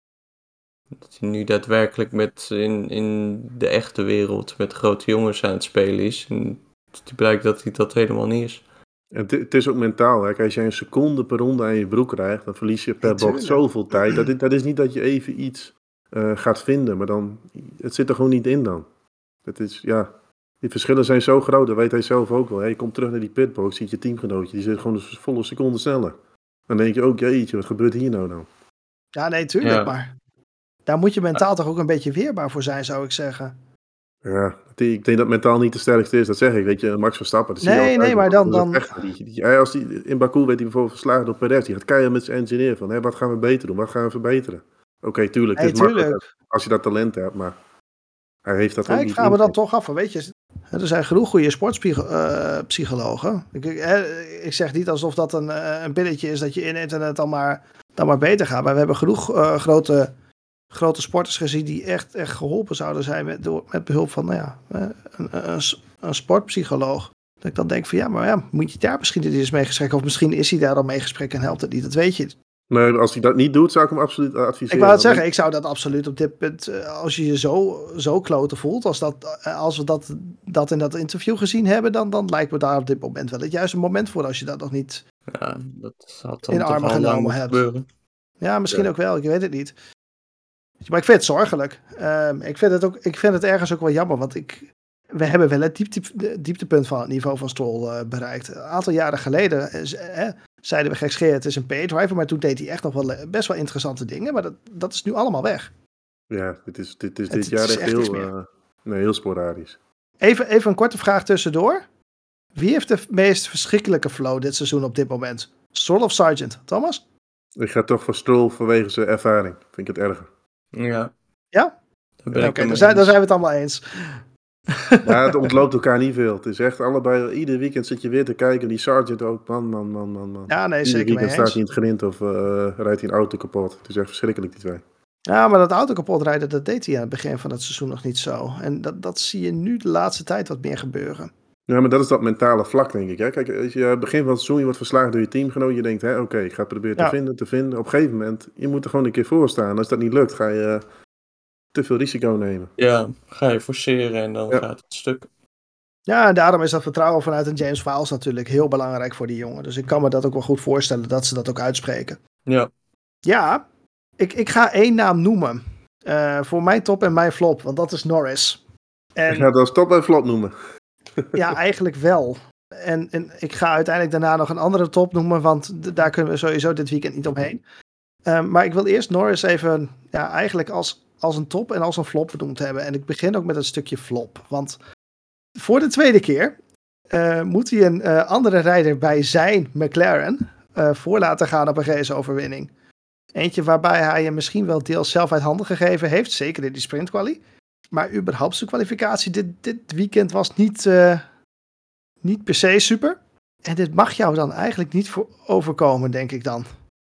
Dat hij nu daadwerkelijk in de echte wereld met grote jongens aan het spelen is. En het blijkt dat hij dat helemaal niet is. En het is ook mentaal. Hè? Kijk, als jij een seconde per ronde aan je broek krijgt, dan verlies je per bocht zoveel tijd. Dat is niet dat je even iets gaat vinden, maar dan, het zit er gewoon niet in dan. Het is, ja, die verschillen zijn zo groot, dat weet hij zelf ook wel. Hè? Je komt terug naar die pitbox, ziet je teamgenootje, die zit gewoon een volle seconde sneller. Dan denk je ook, jeetje, wat gebeurt hier nou dan? Ja, nee, tuurlijk, maar daar moet je mentaal toch ook een beetje weerbaar voor zijn, zou ik zeggen. Ja, ik denk dat mentaal niet de sterkste is, dat zeg ik. Weet je, Max Verstappen. Nee, maar dan... Als die in Baku werd hij bijvoorbeeld verslagen door Perez. Die gaat keihard met zijn engineer van, wat gaan we beter doen? Wat gaan we verbeteren? Oké, tuurlijk, het is makkelijk als je dat talent hebt, maar hij heeft dat ook niet. Ik vraag me dan toch af, weet je, er zijn genoeg goede sportpsychologen. Ik zeg niet alsof dat een pilletje is dat je inneemt en het dan maar beter gaat. Maar we hebben genoeg grote sporters gezien die echt geholpen zouden zijn met behulp van een sportpsycholoog. Dat ik dan denk van moet je daar misschien eens mee gesprekken? Of misschien is hij daar al mee gesprek en helpt het niet, dat weet je. Nee, als hij dat niet doet, zou ik hem absoluut adviseren. Ik wou het zeggen, ik zou dat absoluut op dit punt, als je je zo kloten voelt, als we dat in dat interview gezien hebben, dan lijkt me daar op dit moment wel het juiste moment voor, als je dat nog niet dat had dan in armen genomen hebt. Gebeuren. Ja, misschien ook wel, ik weet het niet. Maar ik vind het zorgelijk. Ik vind het ergens ook wel jammer, want we hebben wel het dieptepunt van het niveau van Stroll bereikt. Een aantal jaren geleden zeiden we gekscherend, het is een paydriver, maar toen deed hij echt nog wel best wel interessante dingen, maar dat is nu allemaal weg. Ja, dit jaar echt heel sporadisch. Even een korte vraag tussendoor. Wie heeft de meest verschrikkelijke flow dit seizoen op dit moment? Stroll of Sargent? Thomas? Ik ga toch voor Stroll vanwege zijn ervaring. Vind ik het erger. Ja? Oké, dan zijn we het allemaal eens. Ja, het ontloopt elkaar niet veel. Het is echt allebei, ieder weekend zit je weer te kijken. Die Sargent ook, man. Ja, nee, zeker mee eens. Staat hij in het grind of rijdt hij een auto kapot. Het is echt verschrikkelijk, die twee. Ja, maar dat auto kapot rijden, dat deed hij aan het begin van het seizoen nog niet zo. En dat zie je nu de laatste tijd wat meer gebeuren. Ja, maar dat is dat mentale vlak, denk ik. Hè? Kijk, als je begin van het seizoen, je wordt verslagen door je teamgenoot. Je denkt, oké, ik ga het proberen te vinden. Op een gegeven moment, je moet er gewoon een keer voor staan. Als dat niet lukt, ga je te veel risico nemen. Ja, ga je forceren en dan gaat het stuk. Ja, en daarom is dat vertrouwen vanuit een James Vowles natuurlijk heel belangrijk voor die jongen. Dus ik kan me dat ook wel goed voorstellen dat ze dat ook uitspreken. Ja. Ja, ik ga 1 naam noemen. Voor mijn top en mijn flop, want dat is Norris. Ik ga het als top en flop noemen. Ja, eigenlijk wel. En ik ga uiteindelijk daarna nog een andere top noemen, want daar kunnen we sowieso dit weekend niet omheen. Maar ik wil eerst Norris even eigenlijk als een top en als een flop benoemd hebben. En ik begin ook met een stukje flop. Want voor de tweede keer moet hij een andere rijder bij zijn McLaren voor laten gaan op een raceoverwinning. Eentje waarbij hij hem misschien wel deels zelf uit handen gegeven heeft. Zeker in die sprintquali. Maar überhaupt zijn kwalificatie dit weekend was niet per se super. En dit mag jou dan eigenlijk niet overkomen, denk ik dan.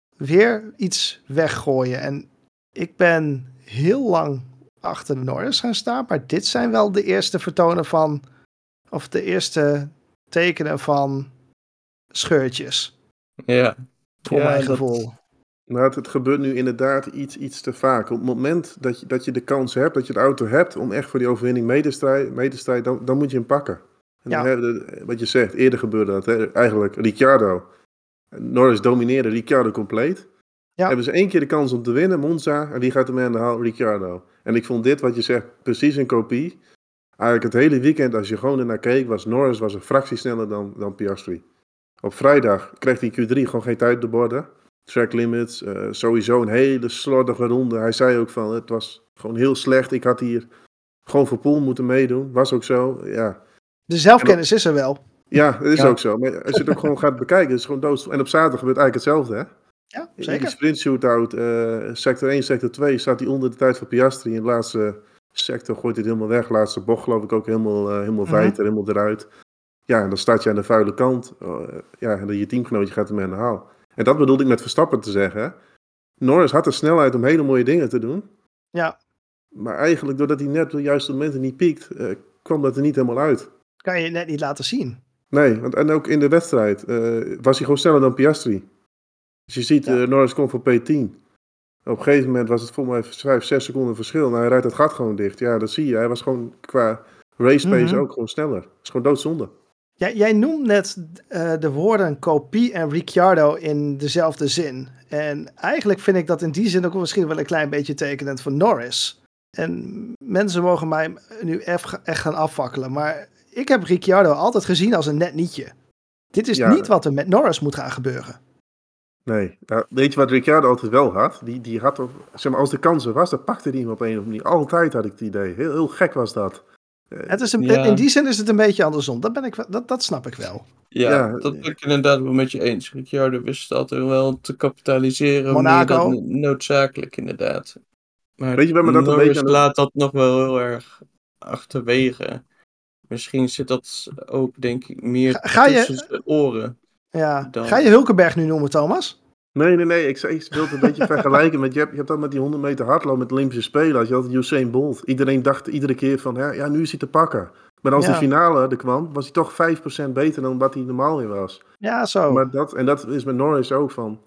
Weer iets weggooien. En ik ben heel lang achter Norris gaan staan. Maar dit zijn wel de eerste vertonen van... of de eerste tekenen van scheurtjes. Ja. Voor mijn gevoel. Nou, het gebeurt nu inderdaad iets te vaak. Op het moment dat je de kans hebt, dat je de auto hebt om echt voor die overwinning mee te strijden, dan moet je hem pakken. En Ja. wat je zegt, eerder gebeurde dat. Hè? Eigenlijk Ricciardo. Norris domineerde Ricciardo compleet. Ja. Hebben ze 1 keer de kans om te winnen, Monza, en die gaat ermee aan de haal, Ricciardo. En ik vond dit, wat je zegt, precies een kopie. Eigenlijk het hele weekend, als je gewoon ernaar keek, was Norris een fractie sneller dan Piastri. Op vrijdag kreeg die Q3 gewoon geen tijd op de borden. Track limits, sowieso een hele slordige ronde. Hij zei ook van, het was gewoon heel slecht. Ik had hier gewoon voor Poel moeten meedoen. Was ook zo, ja. De zelfkennis is er wel. Ja, dat is ook zo. Maar als je het ook gewoon gaat bekijken, is het gewoon dood. En op zaterdag gebeurt eigenlijk hetzelfde, hè? Ja, In zeker. die sprint shootout, sector 1, sector 2, staat hij onder de tijd van Piastri. In de laatste sector gooit hij het helemaal weg. Laatste bocht geloof ik ook helemaal wijter, helemaal eruit. Ja, en dan start je aan de vuile kant. Ja, en dan je teamgenootje gaat ermee aan de haal. En dat bedoelde ik met Verstappen te zeggen. Hè? Norris had de snelheid om hele mooie dingen te doen. Ja. Maar eigenlijk, doordat hij net op de juiste momenten niet piekt, kwam dat er niet helemaal uit. Kan je net niet laten zien. Nee, en ook in de wedstrijd was hij gewoon sneller dan Piastri. Dus je ziet, Norris komt voor P10. Op een gegeven moment was het volgens mij 5-6 seconden verschil. Nou, hij rijdt het gat gewoon dicht. Ja, dat zie je. Hij was gewoon qua race pace ook gewoon sneller. Dat is gewoon doodzonde. Ja, jij noemt net de woorden kopie en Ricciardo in dezelfde zin. En eigenlijk vind ik dat in die zin ook misschien wel een klein beetje tekenend voor Norris. En mensen mogen mij nu echt gaan afvakkelen. Maar ik heb Ricciardo altijd gezien als een net nietje. Dit is niet wat er met Norris moet gaan gebeuren. Nee, nou, weet je wat Ricciardo altijd wel had? Die had toch, zeg maar, als de kans er was, dan pakte hij hem op een of andere manier. Altijd had ik het idee. Heel gek was dat. Het is in die zin is het een beetje andersom. Dat snap ik wel. Ja, dat ben ik inderdaad wel met je eens. Ricciardo wist altijd wel te kapitaliseren. Monaco. Meer dan noodzakelijk, inderdaad. Maar weet je waar me dat Norris een beetje laat dat nog wel heel erg achterwege. Misschien zit dat ook, denk ik, meer tussen zijn oren. Ja. Ga je Hulkenberg nu noemen, Thomas? Nee. Ik wil het een beetje vergelijken met... Je hebt dat met die 100 meter hardloop met de Olympische Spelen. Had je altijd Usain Bolt. Iedereen dacht iedere keer van... Ja, nu is hij te pakken. Maar als de finale er kwam, was hij toch 5% beter dan wat hij normaal weer was. Ja, zo. Maar dat is met Norris ook van...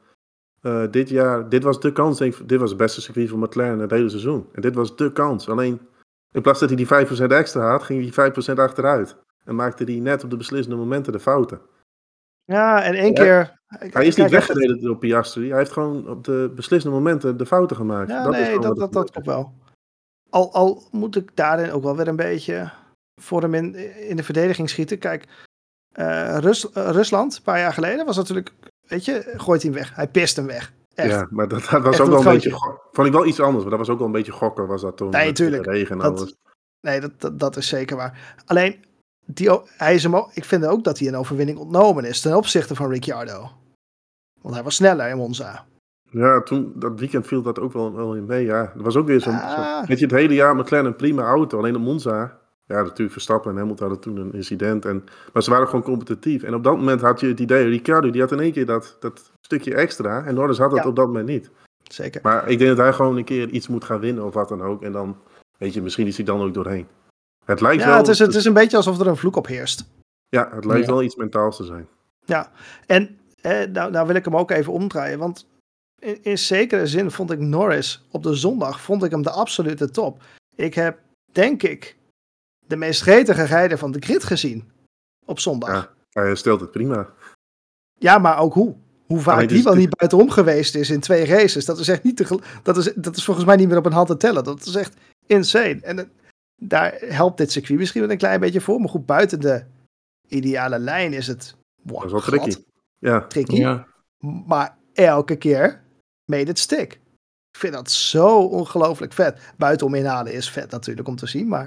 dit jaar, dit was de kans. Dit was het beste circuit van McLaren het hele seizoen. En dit was de kans. Alleen, in plaats dat hij die 5% extra had, ging hij 5% achteruit. En maakte hij net op de beslissende momenten de fouten. Ja, en één keer... Hij is niet weggereden door Piastri. Hij heeft gewoon op de beslissende momenten de fouten gemaakt. Ja, dat klopt wel. Al moet ik daarin ook wel weer een beetje voor hem in de verdediging schieten. Kijk, Rusland, een paar jaar geleden, was natuurlijk... Weet je, gooit hij hem weg. Hij pist hem weg. Echt. Ja, maar dat was ook wel een beetje... Vond ik wel iets anders, maar dat was ook wel een beetje gokken, was dat toen. Nee, natuurlijk. Regen en alles. Nee, dat is zeker waar. Alleen, ik vind ook dat hij een overwinning ontnomen is ten opzichte van Ricciardo. Want hij was sneller in Monza. Ja, dat weekend viel dat ook wel in mee, ja. Er was ook weer zo'n... Weet je, het hele jaar McLaren een prima auto, alleen op Monza... Ja, natuurlijk Verstappen en Hamilton hadden toen een incident. Maar ze waren gewoon competitief. En op dat moment had je het idee, Ricciardo die had in één keer dat stukje extra. En Norris had dat op dat moment niet. Zeker. Maar ik denk dat hij gewoon een keer iets moet gaan winnen of wat dan ook. En dan, weet je, misschien is hij dan ook doorheen. Het lijkt wel... Het is een beetje alsof er een vloek op heerst. Ja, het lijkt wel iets mentaals te zijn. Ja, en nou wil ik hem ook even omdraaien. Want in zekere zin vond ik Norris op de zondag de absolute top. Ik heb, denk ik, de meest gretige rijder van de grid gezien op zondag. Ja, hij stelt het prima. Ja, maar ook hoe? Hoe vaak die wel niet buitenom geweest is in 2 races. Dat is echt niet dat is volgens mij niet meer op een hand te tellen. Dat is echt insane. En daar helpt dit circuit misschien wel een klein beetje voor. Maar goed, buiten de ideale lijn is het... Wow, dat is wel tricky. Ja. Tricky. Ja. Maar elke keer made it stick. Ik vind dat zo ongelooflijk vet. Buitenom inhalen is vet natuurlijk om te zien, maar...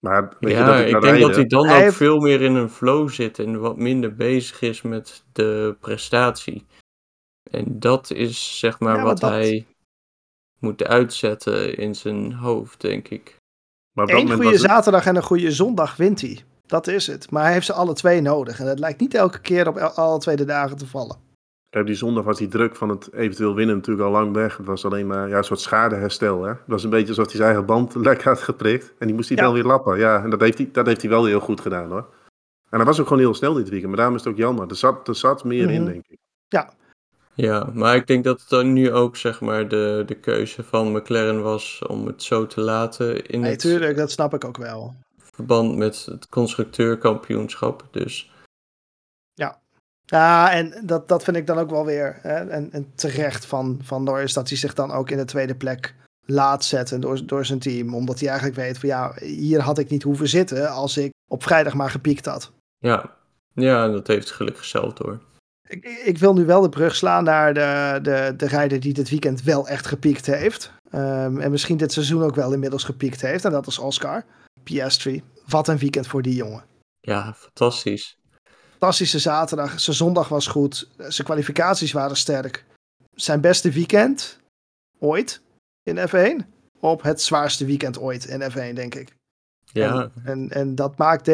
Maar weet je, Ja, dat ik ik naar denk dat hij rijden... dan Hij ook heeft- veel meer in een flow zit en wat minder bezig is met de prestatie. En dat is zeg maar Ja, maar wat dat... hij moet uitzetten in zijn hoofd, denk ik. Maar op dat Eén moment goede was het... zaterdag en een goede zondag wint hij. Dat is het. Maar hij heeft ze alle twee nodig. En het lijkt niet elke keer op alle tweede dagen te vallen. Kijk, die zondag was die druk van het eventueel winnen natuurlijk al lang weg. Het was alleen maar een soort schadeherstel. Hè? Het was een beetje alsof hij zijn eigen band lek had geprikt. En die moest hij Ja. dan weer lappen. Ja, en dat heeft hij wel heel goed gedaan hoor. En hij was ook gewoon heel snel dit weekend. Maar daarom is het ook jammer. Er zat meer in, denk ik. Ja, Ja, maar ik denk dat het dan nu ook zeg maar de keuze van McLaren was om het zo te laten in het tuurlijk, dat snap ik ook wel. verband met het constructeurkampioenschap. Dus Ja, en dat vind ik dan ook wel weer. Hè, en terecht van Norris dat hij zich dan ook in de tweede plek laat zetten door zijn team. Omdat hij eigenlijk weet van ja, hier had ik niet hoeven zitten als ik op vrijdag maar gepiekt had. ja, dat heeft gelukkig zelf door. Ik wil nu wel de brug slaan naar de rijder die dit weekend wel echt gepiekt heeft. En misschien dit seizoen ook wel inmiddels gepiekt heeft. En dat is Oscar Piastri. Wat een weekend voor die jongen. Ja, fantastisch. Fantastische zaterdag. Zijn zondag was goed. Zijn kwalificaties waren sterk. Zijn beste weekend ooit in F1. Op het zwaarste weekend ooit in F1, denk ik. Ja, En dat maakt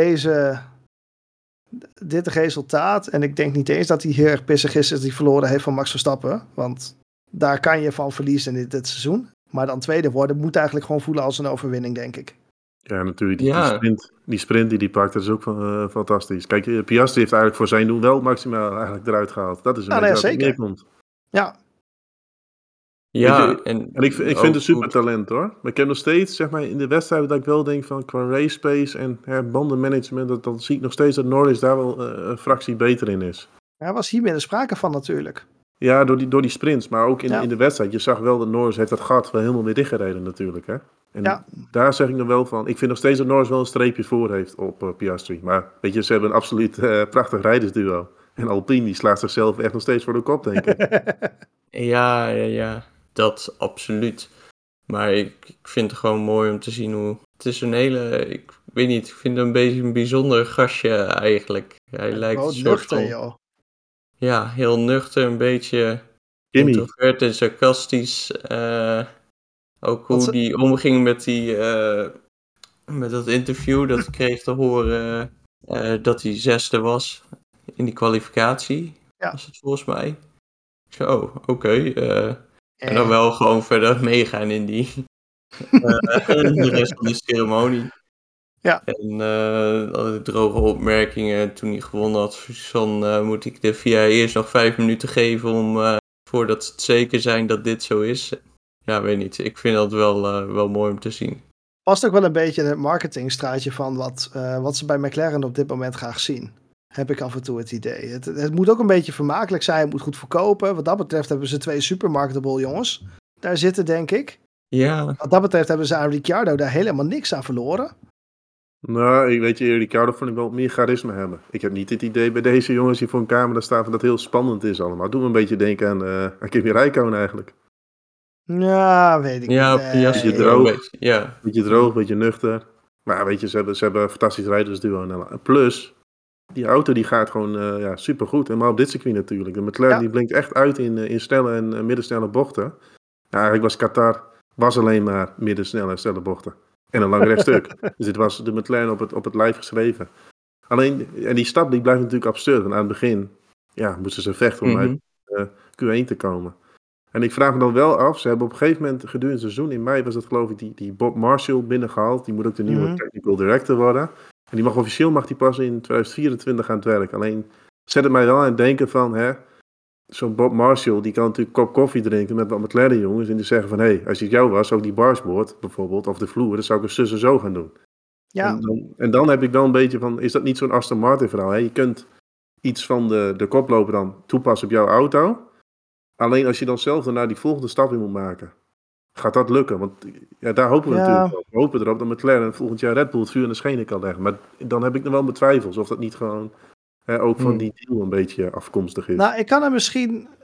dit resultaat. En ik denk niet eens dat hij heel erg pissig is dat hij verloren heeft van Max Verstappen. Want daar kan je van verliezen in dit seizoen. Maar dan tweede worden moet eigenlijk gewoon voelen als een overwinning, denk ik. Ja, natuurlijk. Ja. Die sprint die hij pakt, dat is ook fantastisch. Kijk, Piastri heeft eigenlijk voor zijn doen wel maximaal eigenlijk eruit gehaald. Dat is een Ja, beetje nee, waar het zeker. neerkomt. Ja, ja, Weet je, en En ik vind ook het een super goed. talent hoor. Maar ik heb nog steeds, zeg maar, in de wedstrijden dat ik wel denk van qua race pace en bandenmanagement, dan zie ik nog steeds dat Norris daar wel een fractie beter in is. er was hier minder sprake van natuurlijk. Ja, door die sprints, maar ook Ja. in de wedstrijd. Je zag wel dat Norris heeft dat gat wel helemaal weer dichtgereden natuurlijk. Hè? En Ja. daar zeg ik nog wel van. Ik vind nog steeds dat Norris wel een streepje voor heeft op Piastri. Maar weet je, ze hebben een absoluut prachtig rijdersduo. En Alpine die slaat zichzelf echt nog steeds voor de kop, denk ik. Ja, dat absoluut. Maar ik vind het gewoon mooi om te zien hoe... Het is een hele... Ik weet niet, ik vind het een beetje een bijzonder gastje eigenlijk. Hij lijkt een soort nuchter, van... joh. Ja, heel nuchter, een beetje Kimmy. introvert en sarcastisch. Ook Wat hoe ze- die omging met dat interview. Dat ik kreeg te horen dat hij 6e was in die kwalificatie. Ja. Was het volgens mij. Ik zei, oh, oké. En dan wel gewoon verder meegaan in de rest van de ceremonie. Ja. En alle droge opmerkingen toen hij gewonnen had. Van moet ik de VIA eerst nog 5 minuten geven voordat ze het zeker zijn dat dit zo is. Ja, weet niet. Ik vind dat wel mooi om te zien. Past ook wel een beetje in het marketingstraatje van wat ze bij McLaren op dit moment graag zien. Heb ik af en toe het idee. Het moet ook een beetje vermakelijk zijn. Het moet goed verkopen. Wat dat betreft hebben ze 2 supermarketable jongens. Daar zitten, denk ik. Ja, Wat dat betreft hebben ze aan Ricciardo daar helemaal niks aan verloren. Nou, weet je, Ricciardo vond ik wel meer charisma hebben. Ik heb niet het idee bij deze jongens die voor een camera staan van dat het heel spannend is allemaal. Doe me een beetje denken aan Kimi Räikkönen eigenlijk. Ja, weet ik ja, niet. Piastri Beetje wel een droog. beetje. Ja. Beetje droog, beetje nuchter. Maar weet je, ze hebben een fantastisch rijdersduo. En plus, die auto die gaat gewoon supergoed. En maar op dit circuit natuurlijk. De McLaren die blinkt echt uit in snelle en middensnelle bochten. Nou, eigenlijk was Qatar alleen maar middensnelle en snelle bochten. En een lang rechtstuk. Dus dit was de McLaren op het lijf geschreven. Alleen, en die stap die blijft natuurlijk absurd. Want aan het begin moesten ze vechten om uit Q1 te komen. En ik vraag me dan wel af, ze hebben op een gegeven moment gedurende het seizoen, in mei was het geloof ik, die Bob Marshall binnengehaald. Die moet ook de nieuwe technical director worden. En die mag die pas in 2024 aan het werk. Alleen zet het mij wel aan het denken van, zo'n Bob Marshall, die kan natuurlijk een kop koffie drinken met wat McLaren jongens. En die zeggen van, als het jou was, ook die bargeboard bijvoorbeeld, of de vloer, dan zou ik een zus en zo gaan doen. Ja. En dan heb ik wel een beetje van, is dat niet zo'n Aston Martin verhaal? Hè? Je kunt iets van de koploper dan toepassen op jouw auto. Alleen als je dan zelf daarna die volgende stap in moet maken, gaat dat lukken? Want daar hopen we natuurlijk op. We hopen erop dat McLaren volgend jaar Red Bull het vuur in de schenen kan leggen. Maar dan heb ik nog wel mijn twijfels of dat niet gewoon ook van die deal een beetje afkomstig is. Nou, ik kan er misschien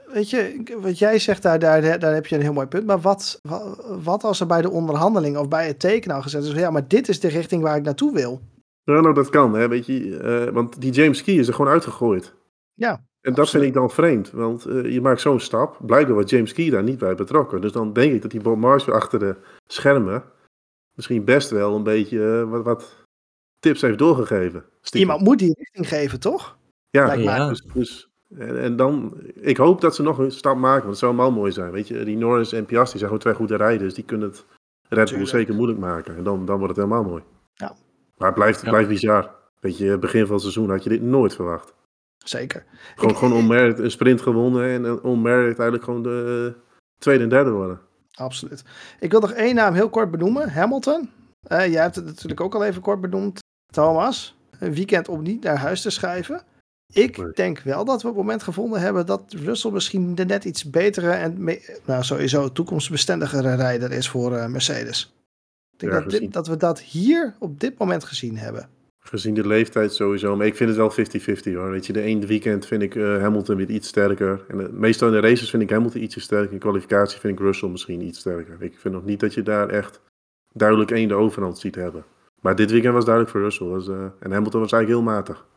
weet je, wat jij zegt, daar heb je een heel mooi punt. Maar wat als er bij de onderhandeling of bij het tekenen al gezegd is, ja, maar dit is de richting waar ik naartoe wil. Nou, dat kan, hè, weet je. Want die James Key is er gewoon uitgegooid. Ja, En dat absoluut. vind ik dan vreemd, want je maakt zo'n stap. Blijkbaar was James Key daar niet bij betrokken. Dus dan denk ik dat die Bob Marshall achter de schermen misschien best wel een beetje wat tips heeft doorgegeven. Stiekem. Iemand moet die richting geven, toch? Ja, Lijkt mij. Ja. dus en dan, ik hoop dat ze nog een stap maken, want het zou wel mooi zijn. Weet je, die Norris en Piastri zijn gewoon 2 goede rijders. Die kunnen het Red Bull Tuurlijk. zeker moeilijk maken. En dan wordt het helemaal mooi. Ja. Maar het blijft bizar. Weet je, begin van het seizoen had je dit nooit verwacht. Zeker. Gewoon onmerkt een sprint gewonnen en onmerkt eigenlijk gewoon de tweede en derde worden. Absoluut. Ik wil nog één naam heel kort benoemen. Hamilton. Jij hebt het natuurlijk ook al even kort benoemd, Thomas. Een weekend om niet naar huis te schrijven. Ik denk wel dat we op het moment gevonden hebben dat Russell misschien de net iets betere en sowieso toekomstbestendigere rijder is voor Mercedes. Ik denk dat we dat hier op dit moment gezien hebben. Gezien de leeftijd sowieso, maar ik vind het wel 50-50 hoor. Weet je, de ene weekend vind ik Hamilton weer iets sterker. En meestal in de races vind ik Hamilton ietsje sterker. In kwalificatie vind ik Russell misschien iets sterker. Ik vind nog niet dat je daar echt duidelijk één de overhand ziet hebben. Maar dit weekend was duidelijk voor Russell. En Hamilton was eigenlijk heel matig.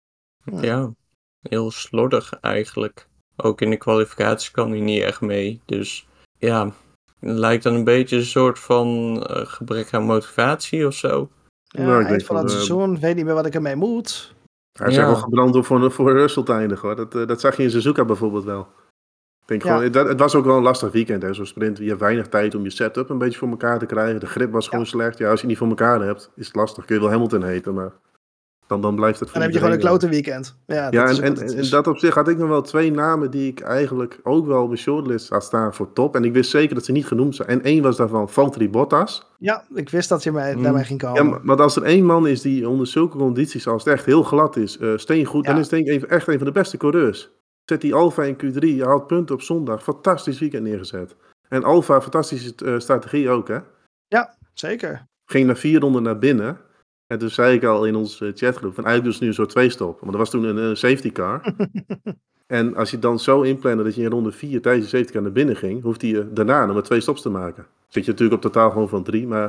Ja, heel slordig eigenlijk. Ook in de kwalificatie kan hij niet echt mee. Dus ja, het lijkt dan een beetje een soort van gebrek aan motivatie of zo. Ja, Nou, ik eind denk van het seizoen, weet niet meer wat ik ermee moet. Hij is echt wel gebrand om voor Russell te eindigen hoor. Dat zag je in Suzuka bijvoorbeeld wel. Ik denk gewoon, het was ook wel een lastig weekend hè, zo'n sprint. Je hebt weinig tijd om je setup een beetje voor elkaar te krijgen. De grip was gewoon slecht. Ja, als je niet voor elkaar hebt, is het lastig. Kun je wel Hamilton heten, maar dan blijft het voor Dan heb je gewoon een klote weekend. Ja, en dat op zich had ik nog wel 2 namen die ik eigenlijk ook wel op de shortlist had staan voor top. En ik wist zeker dat ze niet genoemd zijn. En 1 was daarvan Valtteri Bottas. Ja, ik wist dat je naar mij ging komen. Ja, maar als er 1 man is die onder zulke condities, als het echt heel glad is, steengoed, dan is het denk ik echt een van de beste coureurs. Zet die Alfa in Q3, je haalt punten op zondag. Fantastisch weekend neergezet. En Alfa, fantastische strategie ook, hè? Ja, zeker. Ging na 4 ronden naar binnen. En toen zei ik al in onze chatgroep, van eigenlijk dus nu een soort 2-stop. Want er was toen een safety car. En als je dan zo inplannen dat je in ronde 4 tijdens de safety car naar binnen ging, hoeft hij daarna nog maar 2 stops te maken. Zit je natuurlijk op totaal gewoon van 3, maar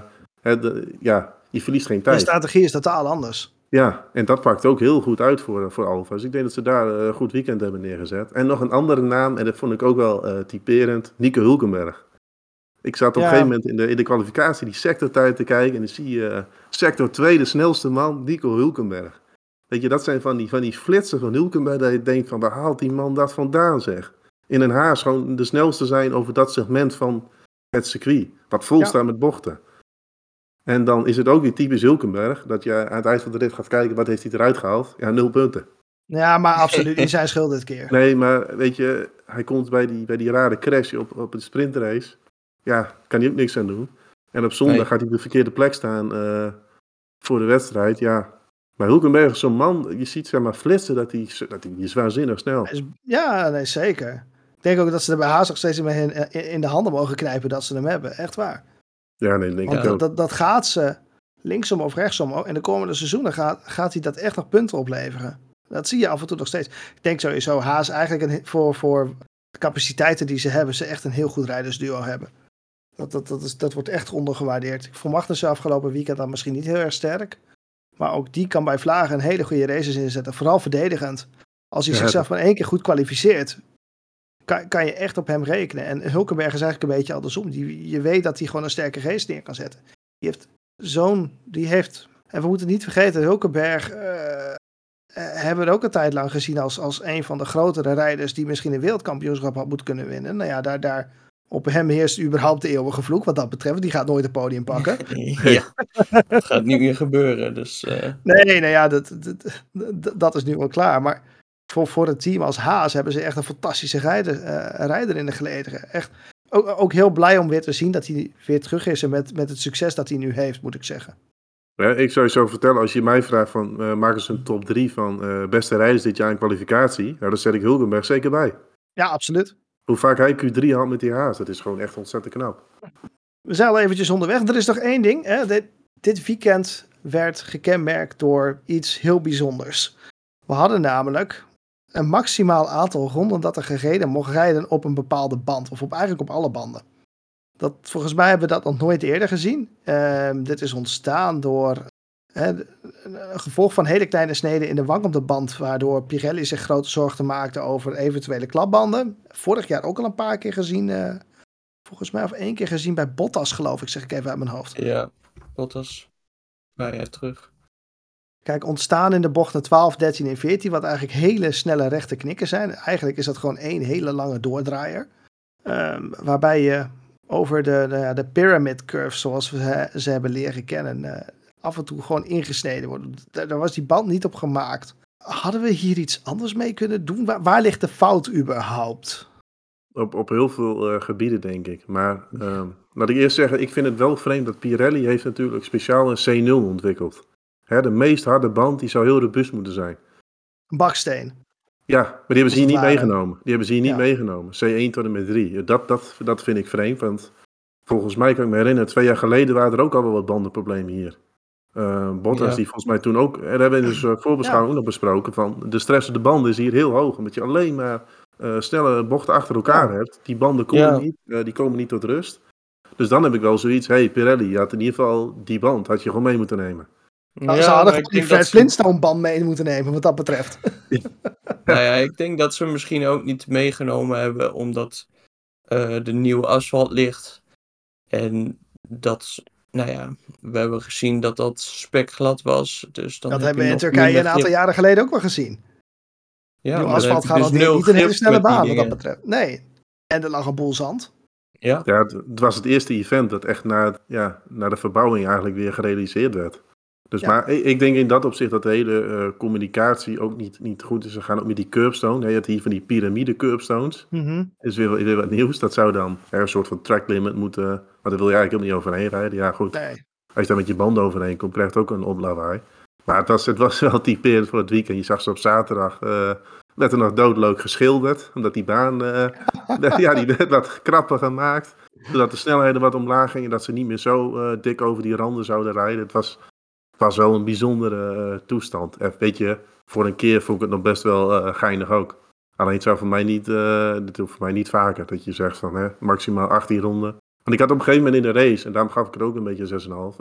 je verliest geen tijd. De strategie is totaal anders. Ja, en dat pakt ook heel goed uit voor Alfa. Dus ik denk dat ze daar een goed weekend hebben neergezet. En nog een andere naam, en dat vond ik ook wel typerend, Nico Hülkenberg. Ik zat op een gegeven moment in de kwalificatie die sectortijd te kijken. En dan zie je sector 2 de snelste man, Nico Hülkenberg. Weet je, dat zijn van die flitsen van Hülkenberg, dat je denkt van, waar haalt die man dat vandaan, zeg? In een haas gewoon de snelste zijn over dat segment van het circuit. Wat vol staat met bochten. En dan is het ook weer typisch Hülkenberg, dat je aan het eind van de rit gaat kijken, wat heeft hij eruit gehaald? Ja, 0 punten. Ja, maar absoluut niet zijn schuld dit keer. Nee, maar weet je, hij komt bij die rare crash op de sprintrace. Ja, kan hij ook niks aan doen. En op zondag gaat hij op de verkeerde plek staan voor de wedstrijd. Ja, maar Hülkenberg is zo'n man, je ziet zeg maar flitsen dat hij is waanzinnig snel. Ja, nee, zeker. Ik denk ook dat ze er bij Haas nog steeds in de handen mogen knijpen dat ze hem hebben. Echt waar. Ja, nee, denk ik ook. Dat gaat ze linksom of rechtsom. En de komende seizoenen gaat hij dat echt nog punten opleveren. Dat zie je af en toe nog steeds. Ik denk sowieso Haas eigenlijk voor de capaciteiten die ze hebben, ze echt een heel goed rijdersduo hebben. Dat wordt echt ondergewaardeerd. Ik vond Magnussen afgelopen weekend dan misschien niet heel erg sterk. Maar ook die kan bij vlagen een hele goede races inzetten. Vooral verdedigend. Als hij zichzelf maar 1 keer goed kwalificeert, kan je echt op hem rekenen. En Hülkenberg is eigenlijk een beetje andersom. Je weet dat hij gewoon een sterke race neer kan zetten. Die heeft, en we moeten niet vergeten, Hülkenberg hebben we ook een tijd lang gezien als een van de grotere rijders die misschien een wereldkampioenschap had moeten kunnen winnen. Nou ja, daar op hem heerst überhaupt de eeuwige vloek wat dat betreft. Die gaat nooit het podium pakken. Ja, dat gaat niet meer gebeuren. Dus, Nee, nou ja, dat is nu wel klaar. Maar voor een team als Haas hebben ze echt een fantastische rijder in de gelederen. Echt ook heel blij om weer te zien dat hij weer terug is en met het succes dat hij nu heeft, moet ik zeggen. Ja, ik zou je zo vertellen, als je mij vraagt van maak eens een top 3 van beste rijders dit jaar in kwalificatie, nou, daar zet ik Hülkenberg zeker bij. Ja, absoluut. Hoe vaak hij Q3 haalt met die Haas, dat is gewoon echt ontzettend knap. We zijn al eventjes onderweg. Er is nog één ding. Hè? Dit weekend werd gekenmerkt door iets heel bijzonders. We hadden namelijk een maximaal aantal ronden dat er gereden mocht rijden op een bepaalde band. Of eigenlijk op alle banden. Volgens mij hebben we dat nog nooit eerder gezien. Dit is ontstaan door een gevolg van hele kleine sneden in de wang op de band, waardoor Pirelli zich grote zorgen maakte over eventuele klapbanden. Vorig jaar ook al een paar keer gezien, volgens mij, of 1 keer gezien bij Bottas, geloof ik, zeg ik even uit mijn hoofd. Ja, Bottas. Maar ja, terug. Kijk, ontstaan in de bochten 12, 13 en 14, wat eigenlijk hele snelle rechte knikken zijn. Eigenlijk is dat gewoon 1 hele lange doordraaier. Waarbij je over de pyramid curve, zoals we ze hebben leren kennen, af en toe gewoon ingesneden wordt. Daar was die band niet op gemaakt. Hadden we hier iets anders mee kunnen doen? Waar ligt de fout überhaupt? Op heel veel gebieden, denk ik. Maar laat ik eerst zeggen, ik vind het wel vreemd dat Pirelli heeft natuurlijk speciaal een C0 ontwikkeld. Hè, de meest harde band, die zou heel robuust moeten zijn. Een baksteen. Ja, maar die hebben ze hier niet ware. meegenomen. Die hebben ze hier niet meegenomen. C1 tot en met 3. Dat vind ik vreemd, want volgens mij kan ik me herinneren, 2 jaar geleden waren er ook al wel wat bandenproblemen hier. Bottas, die volgens mij toen ook, en daar hebben we dus voorbeschouwing ook nog besproken, van de stress op de banden is hier heel hoog, omdat je alleen maar snelle bochten achter elkaar hebt. Die banden komen niet tot rust. Dus dan heb ik wel zoiets, hey Pirelli, je had in ieder geval die band, had je gewoon mee moeten nemen. Nou, ze hadden gewoon die Fred Flintstone band mee moeten nemen, wat dat betreft. Nou ja, ik denk dat ze misschien ook niet meegenomen hebben, omdat de nieuwe asfalt ligt. En dat, nou ja, we hebben gezien dat dat spekglad was. Dus dan dat heb hebben we je in nog Turkije minder een aantal jaren geleden ook wel gezien. Ja, nieuw maar asfalt dan heb je dus garandeert niet een hele grip snelle met die baan, wat dat dingen. betreft. Nee. En er lag een boel zand. Ja, Ja, het was het eerste event dat echt na de verbouwing eigenlijk weer gerealiseerd werd. Dus Ja. maar ik denk in dat opzicht dat de hele communicatie ook niet goed is. Ze gaan ook met die curbstone. Je hebt hier van die piramide curbstones. Mhm. Is weer wat nieuws. Dat zou dan een soort van track limit moeten. Maar daar wil je eigenlijk ook niet overheen rijden. Ja, goed. Nee. Als je daar met je banden overheen komt, krijgt het ook een oplawaai. Maar het was wel typerend voor het weekend. Je zag ze op zaterdag. Werd er nog doodleuk geschilderd. Omdat die baan. die werd wat krapper gemaakt. Zodat de snelheden wat omlaag gingen. Dat ze niet meer zo dik over die randen zouden rijden. Het was wel een bijzondere toestand. Weet je, voor een keer vond ik het nog best wel geinig ook. Alleen het zou voor mij niet, dit hoeft voor mij niet vaker. Dat je zegt van maximaal 18 ronden. Want ik had op een gegeven moment in de race, en daarom gaf ik het ook een beetje 6,5.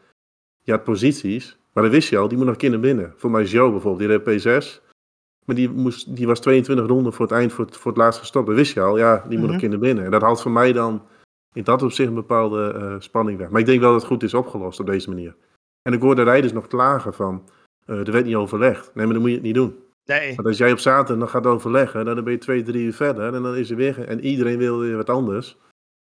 Je had posities, maar dat wist je al, die moet nog een keer naar binnen. Voor mij Joe bijvoorbeeld, die reed P6. Maar die was 22 ronden voor het eind, voor het laatst gestopt. Dat wist je al, ja, die moet nog een keer naar binnen. En dat haalt voor mij dan in dat opzicht een bepaalde spanning weg. Maar ik denk wel dat het goed is opgelost op deze manier. En ik hoorde rijders nog klagen van, er werd niet overlegd. Nee, maar dan moet je het niet doen. Nee. Want als jij op zaterdag nog gaat overleggen, dan ben je 2-3 uur verder. En dan is er weer, en iedereen wil weer wat anders.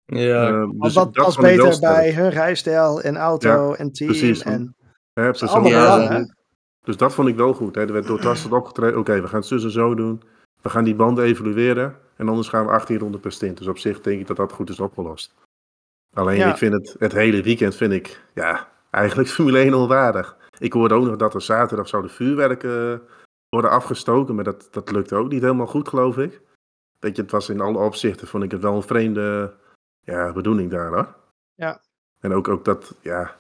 ja. Dus dat past beter bij hun rijstijl en auto en team. Precies. En het is allemaal belangen. Dus dat vond ik wel goed. Hè. Er werd door Tastard opgetreden. Oké, we gaan het zo en zo doen. We gaan die banden evalueren. En anders gaan we 18 ronden per stint. Dus op zich denk ik dat dat goed is opgelost. Alleen ik vind het hele weekend vind ik eigenlijk Formule 1 onwaardig. Ik hoorde ook nog dat er zaterdag zouden vuurwerken worden afgestoken. Maar dat lukte ook niet helemaal goed, geloof ik. Weet je, het was in alle opzichten, vond ik het wel een vreemde bedoeling daar, hoor. Ja. En ook dat,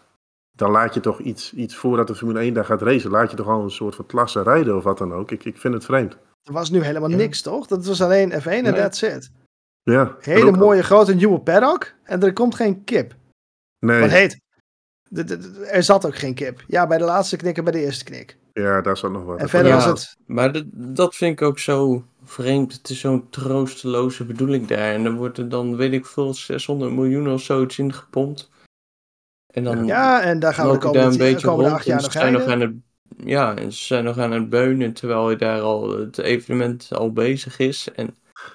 dan laat je toch iets voordat de Formule 1 daar gaat racen, laat je toch al een soort van klasse rijden of wat dan ook. Ik vind het vreemd. Er was nu helemaal niks, toch? Dat was alleen F1 en that's it. Ja. Hele mooie grote nieuwe paddock en er komt geen kip. Nee. Wat heet? Er zat ook geen kip. Ja, bij de laatste knik en bij de eerste knik. Ja, daar zat nog wat. En verder was het... Maar dat vind ik ook zo vreemd. Het is zo'n troosteloze bedoeling daar. En dan wordt er dan, weet ik veel, 600 miljoen of zoiets in gepompt. En dan en daar gaan we de komende 8 jaar nog rijden. En ze zijn nog aan het beunen, terwijl daar al het evenement al bezig is. En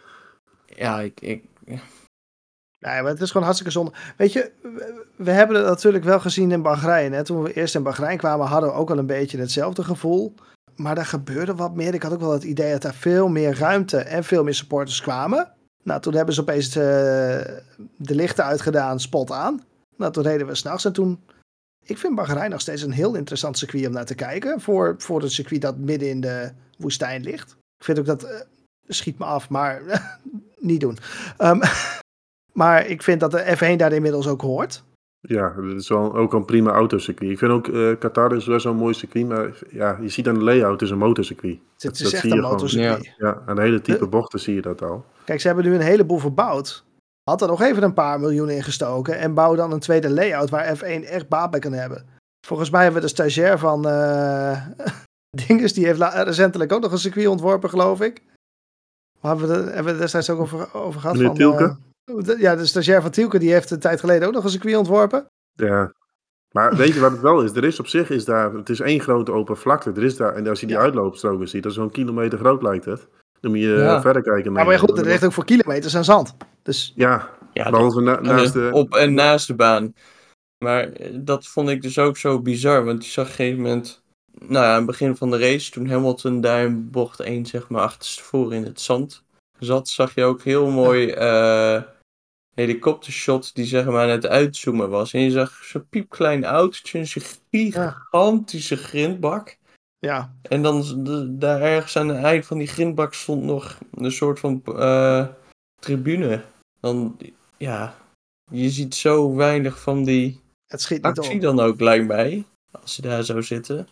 Nee, maar het is gewoon hartstikke zonde. Weet je, we hebben het natuurlijk wel gezien in Bahrein. Hè? Toen we eerst in Bahrein kwamen, hadden we ook wel een beetje hetzelfde gevoel. Maar daar gebeurde wat meer. Ik had ook wel het idee dat daar veel meer ruimte en veel meer supporters kwamen. Nou, toen hebben ze opeens de lichten uitgedaan, spot aan. Nou, toen reden we 's nachts en toen... Ik vind Bahrein nog steeds een heel interessant circuit om naar te kijken. Voor het circuit dat midden in de woestijn ligt. Ik vind ook dat... schiet me af, maar niet doen. Maar ik vind dat de F1 daar inmiddels ook hoort. Ja, het is wel ook een prima autocircuit. Ik vind ook Qatar is wel zo'n mooi circuit, maar ja, je ziet aan de layout, het is een motorcircuit. Het is Dat echt zie een je gewoon. motorcircuit. Ja, aan de hele type De- bochten zie je dat al. Kijk, ze hebben nu een heleboel verbouwd. Had er nog even een paar miljoen in gestoken. En bouw dan een tweede layout waar F1 echt baat bij kan hebben. Volgens mij hebben we de stagiair van Dinges. Die heeft recentelijk ook nog een circuit ontworpen, geloof ik. Hebben we het destijds ook over gehad? Meneer Tielke? De stagiair van Tielke. Die heeft een tijd geleden ook nog een circuit ontworpen. Ja. Maar weet je wat het wel is? Er is op zich, het is één grote open vlakte. Er is daar, en als je die uitloopstroken ziet, dat is zo'n kilometer groot lijkt het. Dan moet je verder kijken. Maar goed, er ligt ook voor kilometers aan zand. Dus... Ja, dat, naast de... op en naast de baan. Maar dat vond ik dus ook zo bizar. Want je zag op een gegeven moment, nou ja, aan het begin van de race, toen Hamilton daar in bocht 1, zeg maar, achterstevoren in het zand zat, zag je ook heel mooi helikoptershot die zeg maar aan het uitzoomen was. En je zag zo'n piepklein autootje, een gigantische grindbak. Ja. En dan daar ergens aan het eind van die grindbak stond nog een soort van tribune. Dan, ja, je ziet zo weinig van die Het schiet niet actie op. dan ook, lijkt mij. Als ze daar zo zitten.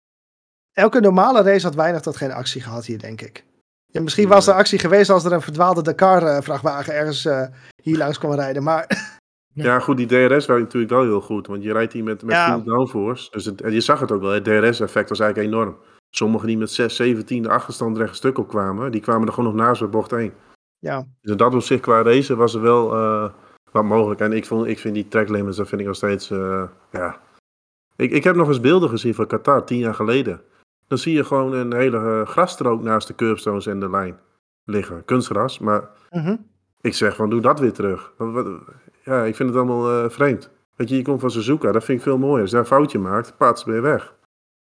Elke normale race had weinig tot geen actie gehad hier, denk ik. Ja, misschien was er actie geweest als er een verdwaalde Dakar-vrachtwagen ergens hier langs kwam rijden, maar... Ja, goed, die DRS werkt natuurlijk wel heel goed, want je rijdt hier met full downforce. Dus en je zag het ook wel, het DRS-effect was eigenlijk enorm. Sommigen die met 6, 17 achterstand recht stuk opkwamen, die kwamen er gewoon nog naast bij bocht 1. Ja. Dus in dat opzicht qua race was er wel wat mogelijk. En ik vind die track limits, dat vind ik nog steeds, ja... Ik heb nog eens beelden gezien van Qatar 10 jaar geleden. Dan zie je gewoon een hele grasstrook naast de curbstones en de lijn liggen. Kunstgras, maar ik zeg van doe dat weer terug. Ja, ik vind het allemaal vreemd. Weet je komt van Suzuka, dat vind ik veel mooier. Als je daar een foutje maakt, pats, ben je weg.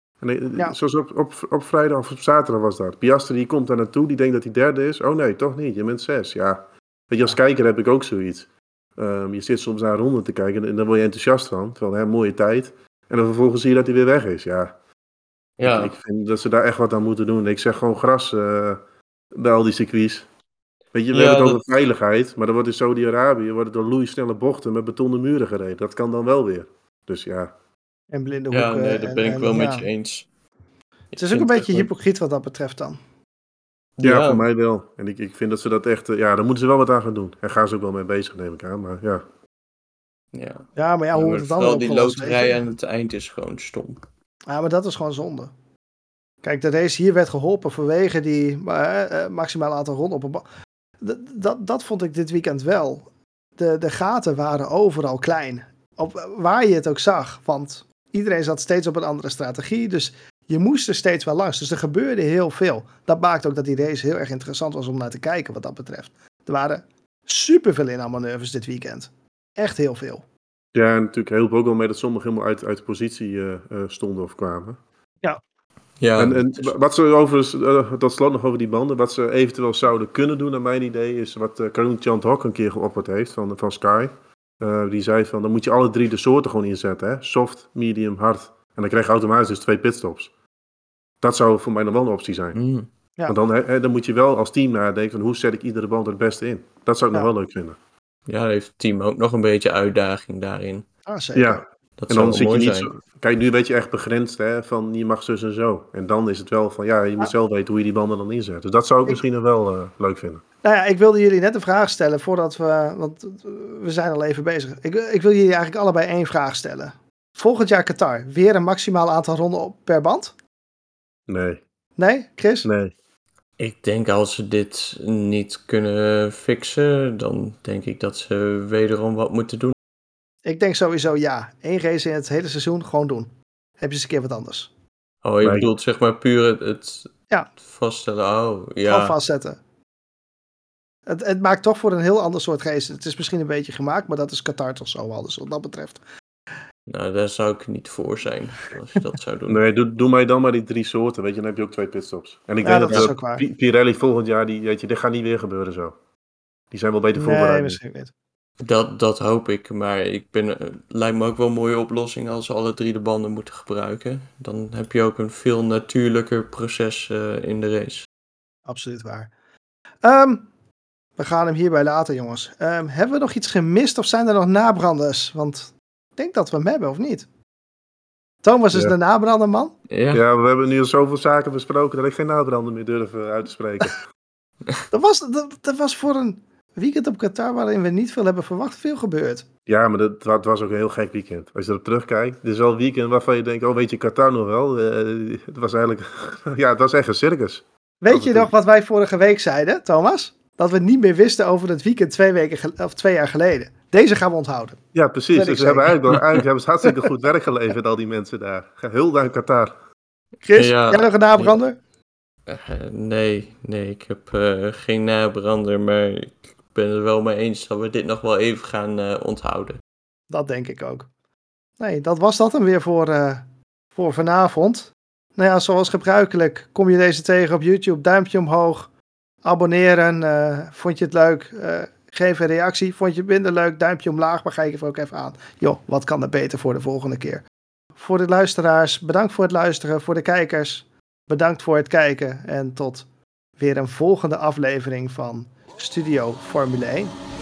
En zoals op vrijdag of op zaterdag was dat. Piastri die komt daar naartoe, die denkt dat hij derde is. Oh nee, toch niet, je bent 6. Ja, weet je, als kijker heb ik ook zoiets. Je zit soms naar een ronde te kijken en dan word je enthousiast van. Terwijl, mooie tijd. En dan vervolgens zie je dat hij weer weg is. Ja. Ik vind dat ze daar echt wat aan moeten doen. Ik zeg gewoon gras bij al die circuits. Weet je, we hebben het over veiligheid, maar dan wordt in Saudi-Arabië door loeisnelle bochten met betonnen muren gereden. Dat kan dan wel weer. Dus ja. En blinde hoeken. Ja, nee, dat ben ik wel met je eens. Het is ook een beetje hypocriet wat dat betreft dan. Ja, voor mij wel. En ik vind dat ze dat echt... daar moeten ze wel wat aan gaan doen. En gaan ze ook wel mee bezig, neem ik aan. Maar ja. Ja, maar hoe wordt het dan vooral die loterij aan het eind is gewoon stom. Ja, maar dat is gewoon zonde. Kijk, de race hier werd geholpen vanwege die maximaal aantal ronden op een bal. Dat vond ik dit weekend wel. De gaten waren overal klein. Waar je het ook zag. Want iedereen zat steeds op een andere strategie. Dus je moest er steeds wel langs. Dus er gebeurde heel veel. Dat maakt ook dat die race heel erg interessant was om naar te kijken wat dat betreft. Er waren superveel inhaalmanoeuvres dit weekend. Echt heel veel. Ja, en natuurlijk hielp ook wel mee dat sommigen helemaal uit de positie stonden of kwamen. Ja. En wat ze tot slot nog over die banden, wat ze eventueel zouden kunnen doen, naar mijn idee, is wat Karun Chandhok een keer geopperd heeft van Sky. Die zei van, dan moet je alle 3 de soorten gewoon inzetten. Hè? Soft, medium, hard. En dan krijg je automatisch dus 2 pitstops. Dat zou voor mij nog wel een optie zijn. Want dan moet je wel als team nadenken van hoe zet ik iedere band er het beste in. Dat zou ik nog wel leuk vinden. Ja, heeft het team ook nog een beetje uitdaging daarin. Zeker. Ja. Dat en dan zou mooi niet zijn. Kijk, nu weet je echt begrensd, hè, van je mag zus en zo. En dan is het wel van, je moet zelf weten hoe je die banden dan inzet. Dus dat zou ik misschien nog wel leuk vinden. Nou ja, ik wilde jullie net een vraag stellen voordat want we zijn al even bezig. Ik wil jullie eigenlijk allebei 1 vraag stellen. Volgend jaar Qatar, weer een maximaal aantal ronden per band? Nee. Nee, Chris? Nee. Ik denk als ze dit niet kunnen fixen, dan denk ik dat ze wederom wat moeten doen. Ik denk sowieso ja. 1 race in het hele seizoen, gewoon doen. Heb je eens een keer wat anders. Oh, je bedoelt zeg maar puur het vaststellen. Oh, ja. Gewoon vastzetten. Het maakt toch voor een heel ander soort race. Het is misschien een beetje gemaakt, maar dat is Qatar toch zo al. Dus wat dat betreft. Nou, daar zou ik niet voor zijn, als je dat zou doen. Nee, doe mij dan maar die 3 soorten, weet je, dan heb je ook 2 pitstops. En ik weet dat Pirelli volgend jaar, weet je, dit gaat niet weer gebeuren zo. Die zijn wel beter voorbereid. Nee, misschien niet. Dat hoop ik, maar lijkt me ook wel een mooie oplossing als ze alle 3 de banden moeten gebruiken. Dan heb je ook een veel natuurlijker proces in de race. Absoluut waar. We gaan hem hierbij laten, jongens. Hebben we nog iets gemist of zijn er nog nabranders? Want Ik denk dat we hem hebben, of niet? Thomas is Ja. de nabranderman. Ja. Ja, we hebben nu al zoveel zaken besproken dat ik geen nabrander meer durf uit te spreken. Dat was voor een weekend op Qatar waarin we niet veel hebben verwacht, veel gebeurd. Ja, maar het was ook een heel gek weekend. Als je erop terugkijkt, dit is wel een weekend waarvan je denkt, oh weet je Qatar nog wel? Het was eigenlijk, ja, het was echt een circus. Weet je nog wat wij vorige week zeiden, Thomas? Dat we niet meer wisten over het weekend 2 jaar geleden. Deze gaan we onthouden. Ja, precies. Ben Dus ik ze hebben zeker. eigenlijk hebben ze hartstikke goed werk geleverd, al die mensen daar. Hulde aan Qatar. Chris, Ja. jij nog een nabrander? Nee, ik heb geen nabrander, maar ik ben het er wel mee eens dat we dit nog wel even gaan onthouden. Dat denk ik ook. Nee, dat was dat dan weer voor vanavond. Nou ja, zoals gebruikelijk kom je deze tegen op YouTube. Duimpje omhoog. Abonneren. Vond je het leuk? Geef een reactie. Vond je het minder leuk? Duimpje omlaag. Maar ga ik er ook even aan. Joh, wat kan er beter voor de volgende keer? Voor de luisteraars, bedankt voor het luisteren. Voor de kijkers, bedankt voor het kijken. En tot weer een volgende aflevering van Studio Formule 1.